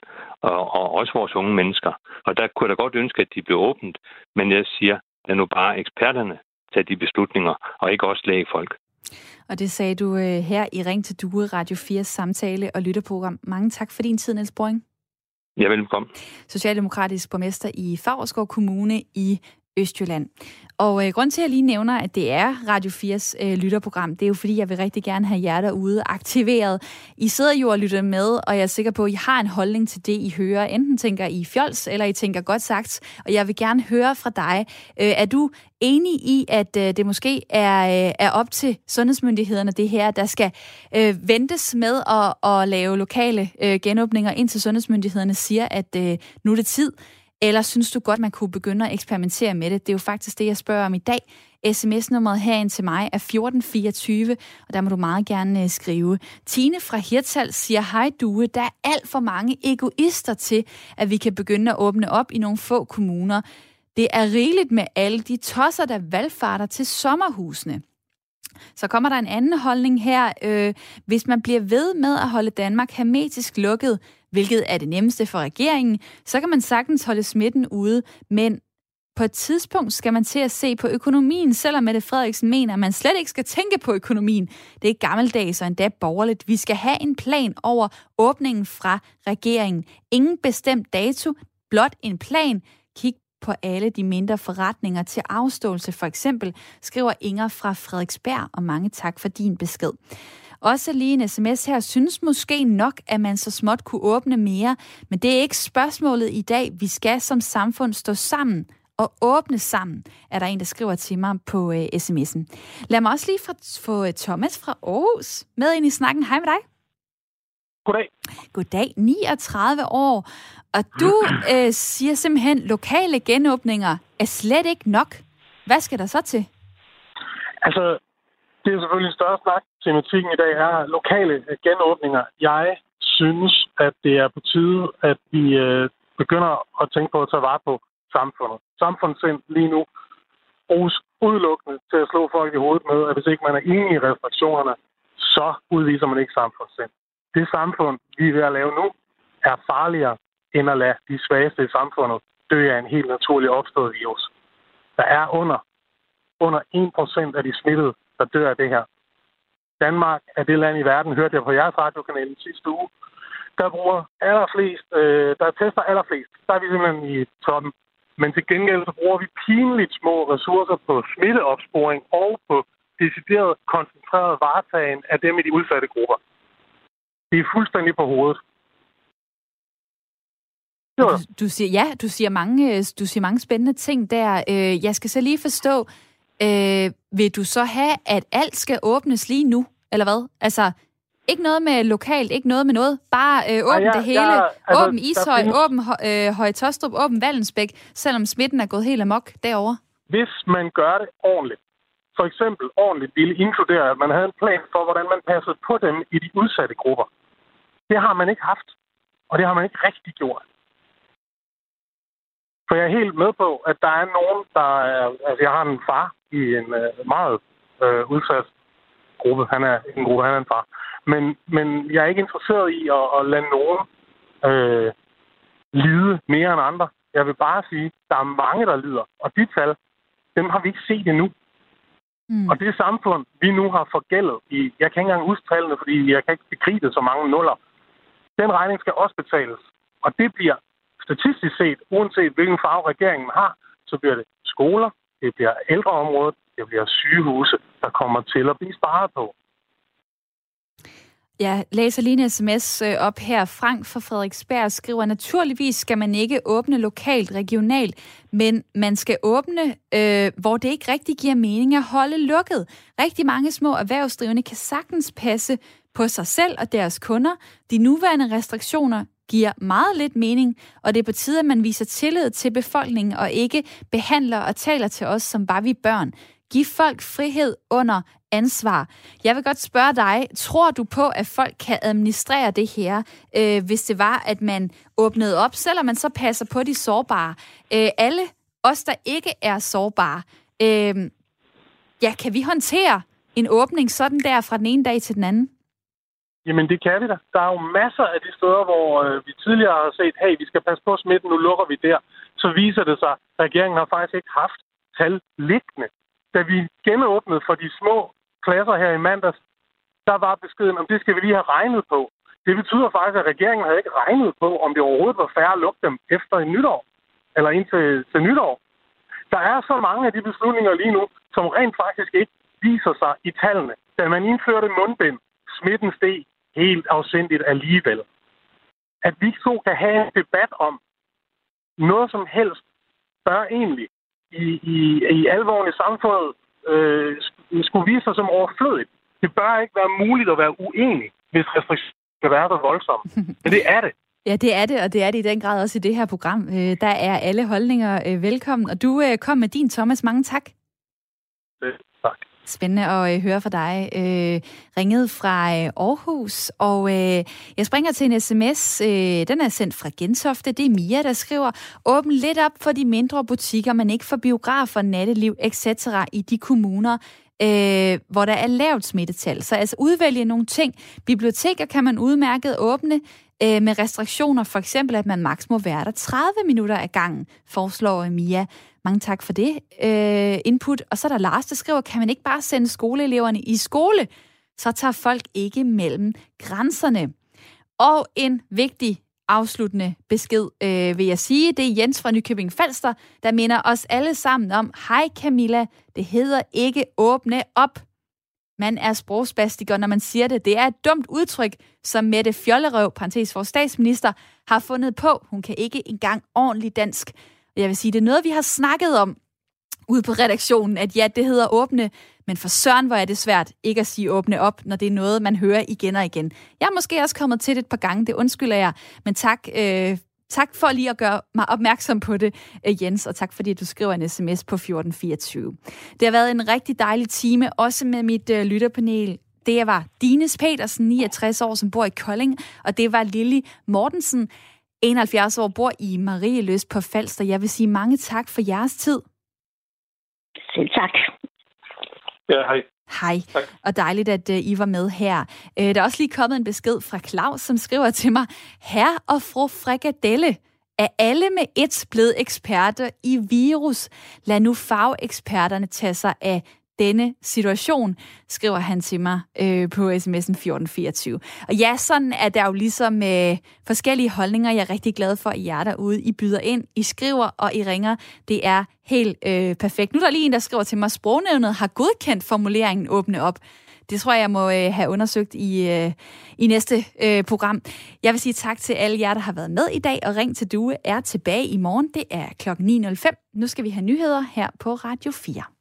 og også vores unge mennesker. Og der kunne jeg da godt ønske, at de blev åbent. Men jeg siger, at nu bare eksperterne tager de beslutninger, og ikke også lægefolk. Og det sagde du her i Ring til Due, Radio 4's samtale- og lytterprogram. Mange tak for din tid, Niels Boring. Ja, velkommen. Socialdemokratisk borgmester i Favrskov Kommune i Østjylland. Og grund til, at jeg lige nævner, at det er Radio 4's lytterprogram, det er jo fordi, jeg vil rigtig gerne have jer derude aktiveret. I sidder jo og lytter med, og jeg er sikker på, at I har en holdning til det, I hører. Enten tænker I fjols, eller I tænker godt sagt. Og jeg vil gerne høre fra dig. Er du enig i, at det måske er op til sundhedsmyndighederne, det her, der skal ventes med at lave lokale genåbninger, indtil sundhedsmyndighederne siger, at nu er det tid? Eller synes du godt, man kunne begynde at eksperimentere med det? Det er jo faktisk det, jeg spørger om i dag. SMS-nummeret herind til mig er 1424, og der må du meget gerne skrive. Tine fra Hirtshals siger, hej Due, der er alt for mange egoister til, at vi kan begynde at åbne op i nogle få kommuner. Det er rigeligt med alle de tosser, der valgfarter til sommerhusene. Så kommer der en anden holdning her. Hvis man bliver ved med at holde Danmark hermetisk lukket, hvilket er det nemmeste for regeringen, så kan man sagtens holde smitten ude, men på et tidspunkt skal man til at se på økonomien, selvom Mette Frederiksen mener, at man slet ikke skal tænke på økonomien. Det er gammeldags og endda borgerligt. Vi skal have en plan over åbningen fra regeringen. Ingen bestemt dato, blot en plan. Kig på alle de mindre forretninger til afståelse, for eksempel, skriver Inger fra Frederiksberg, og mange tak for din besked. Også lige en sms her, synes måske nok, at man så småt kunne åbne mere, men det er ikke spørgsmålet i dag. Vi skal som samfund stå sammen og åbne sammen, er der en, der skriver til mig på sms'en. Lad mig også lige få Thomas fra Aarhus med ind i snakken. Hej med dig. Goddag. Goddag. 39 år. Og du siger simpelthen, lokale genåbninger er slet ikke nok. Hvad skal der så til? Altså, det er selvfølgelig en større snak. Tematikken i dag er lokale genåbninger. Jeg synes, at det er på tide, at vi begynder at tænke på at tage vare på samfundet. Samfundssind lige nu bruges udelukkende til at slå folk i hovedet med, at hvis ikke man er enig i restriktionerne, så udviser man ikke samfundssind. Det samfund, vi er ved at lave nu, er farligere end at lade de svageste i samfundet dø af en helt naturlig opstået virus. Der er under 1% af de smittede, der dør af det her. Danmark er det land i verden, hørte jeg på jeres radiokanal sidste uge, der tester allerflest. Der er vi simpelthen i toppen. Men til gengæld så bruger vi pinligt små ressourcer på smitteopsporing og på decideret koncentreret varetagen af dem i de udsatte grupper. Det er fuldstændig på hovedet. Du siger mange spændende ting der. Jeg skal så lige forstå, vil du så have, at alt skal åbnes lige nu, eller hvad? Altså, ikke noget med lokalt, ikke noget med noget. Bare åbn det hele. Åbn Ishøj, åbn Høje Taastrup, åbn Vallensbæk, selvom smitten er gået helt amok derovre. Hvis man gør det ordentligt, for eksempel ordentligt ville inkludere, at man havde en plan for, hvordan man passede på dem i de udsatte grupper. Det har man ikke haft, og det har man ikke rigtig gjort. For jeg er helt med på, at der er nogen, der er... Altså, jeg har en far i en meget udsat gruppe. Han er en far. Men jeg er ikke interesseret i at lade nogen lide mere end andre. Jeg vil bare sige, at der er mange, der lider. Og de tal, dem har vi ikke set endnu. Og det samfund, vi nu har forgældet i... Jeg kan ikke engang huske tallene, fordi jeg kan ikke begribe så mange nuller. Den regning skal også betales. Og det bliver statistisk set, uanset hvilken farve regeringen har, så bliver det skoler, det bliver ældreområdet, det bliver sygehuse, der kommer til at blive sparet på. Jeg læser lige en sms op her. Frank fra Frederiksberg skriver, naturligvis skal man ikke åbne lokalt, regionalt, men man skal åbne, hvor det ikke rigtig giver mening at holde lukket. Rigtig mange små erhvervsdrivende kan sagtens passe på sig selv og deres kunder. De nuværende restriktioner giver meget lidt mening, og det er på tide, at man viser tillid til befolkningen og ikke behandler og taler til os, som bare vi børn. Giv folk frihed under ansvar. Jeg vil godt spørge dig, tror du på, at folk kan administrere det her, hvis det var, at man åbnede op, selvom man så passer på de sårbare? Alle os, der ikke er sårbare, kan vi håndtere en åbning sådan der fra den ene dag til den anden? Jamen, det kan vi da. Der er jo masser af de steder, hvor vi tidligere har set, hey, vi skal passe på smitten, nu lukker vi der. Så viser det sig, at regeringen har faktisk ikke haft tal liggende. Da vi genåbnede for de små klasser her i mandags, der var beskeden, om det skal vi lige have regnet på. Det betyder faktisk, at regeringen havde ikke regnet på, om det overhovedet var fair at lukke dem efter en nytår, eller indtil nytår. Der er så mange af de beslutninger lige nu, som rent faktisk ikke viser sig i tallene. Da man indførte mundbind, smitten steg helt afsindigt alligevel. At vi så kan have en debat om noget som helst, bør egentlig i alvoren i samfundet skulle vise sig som overflødigt. Det bør ikke være muligt at være uenig, hvis restriktioner skal være så voldsomme. Men det er det. Ja, det er det, og det er det i den grad også i det her program. Der er alle holdninger velkommen, og du kom med din, Thomas. Mange tak. Tak. Spændende at høre fra dig. Ringede fra Aarhus, og jeg springer til en sms. Den er sendt fra Gentofte. Det er Mia, der skriver, åbn lidt op for de mindre butikker, men ikke for biografer, natteliv, etc. i de kommuner, hvor der er lavt smittetal. Så altså udvælge nogle ting. Biblioteker kan man udmærket åbne med restriktioner, for eksempel at man maks må være der 30 minutter ad gangen, foreslår Mia. Mange tak for det input. Og så er der Lars, der skriver, kan man ikke bare sende skoleeleverne i skole? Så tager folk ikke mellem grænserne. Og en vigtig afsluttende besked, vil jeg sige, det er Jens fra Nykøbing Falster, der minder os alle sammen om, hej Camilla, det hedder ikke åbne op. Man er sprogspastiker, når man siger det. Det er et dumt udtryk, som Mette Fjollerøv, parentes for statsminister, har fundet på. Hun kan ikke engang ordentligt dansk. Jeg vil sige, det er noget, vi har snakket om ude på redaktionen, at ja, det hedder åbne, men for søren, hvor er det svært ikke at sige åbne op, når det er noget, man hører igen og igen. Jeg er måske også kommet til det et par gange, det undskylder jeg, men tak for lige at gøre mig opmærksom på det, Jens, og tak fordi du skriver en sms på 1424. Det har været en rigtig dejlig time, også med mit lytterpanel. Det var Dines Petersen, 69 år, som bor i Kolding, og det var Lili Mortensen, 71 år, bor i Marieløst på Falster. Jeg vil sige mange tak for jeres tid. Selv tak. Ja, hej. Hej, tak. Og dejligt, at I var med her. Der er også lige kommet en besked fra Claus, som skriver til mig, herre og fru Frikadelle, er alle med ét blevet eksperter i virus? Lad nu fageksperterne tage sig af denne situation, skriver han til mig på sms'en 1424. Og ja, sådan er der jo ligesom forskellige holdninger. Jeg er rigtig glad for, at jer derude, I byder ind, I skriver og I ringer. Det er helt perfekt. Nu er der lige en, der skriver til mig, at Sprognævnet har godkendt formuleringen åbne op. Det tror jeg må have undersøgt i næste program. Jeg vil sige tak til alle jer, der har været med i dag, og Ring til Due er tilbage i morgen. Det er 9:05. Nu skal vi have nyheder her på Radio 4.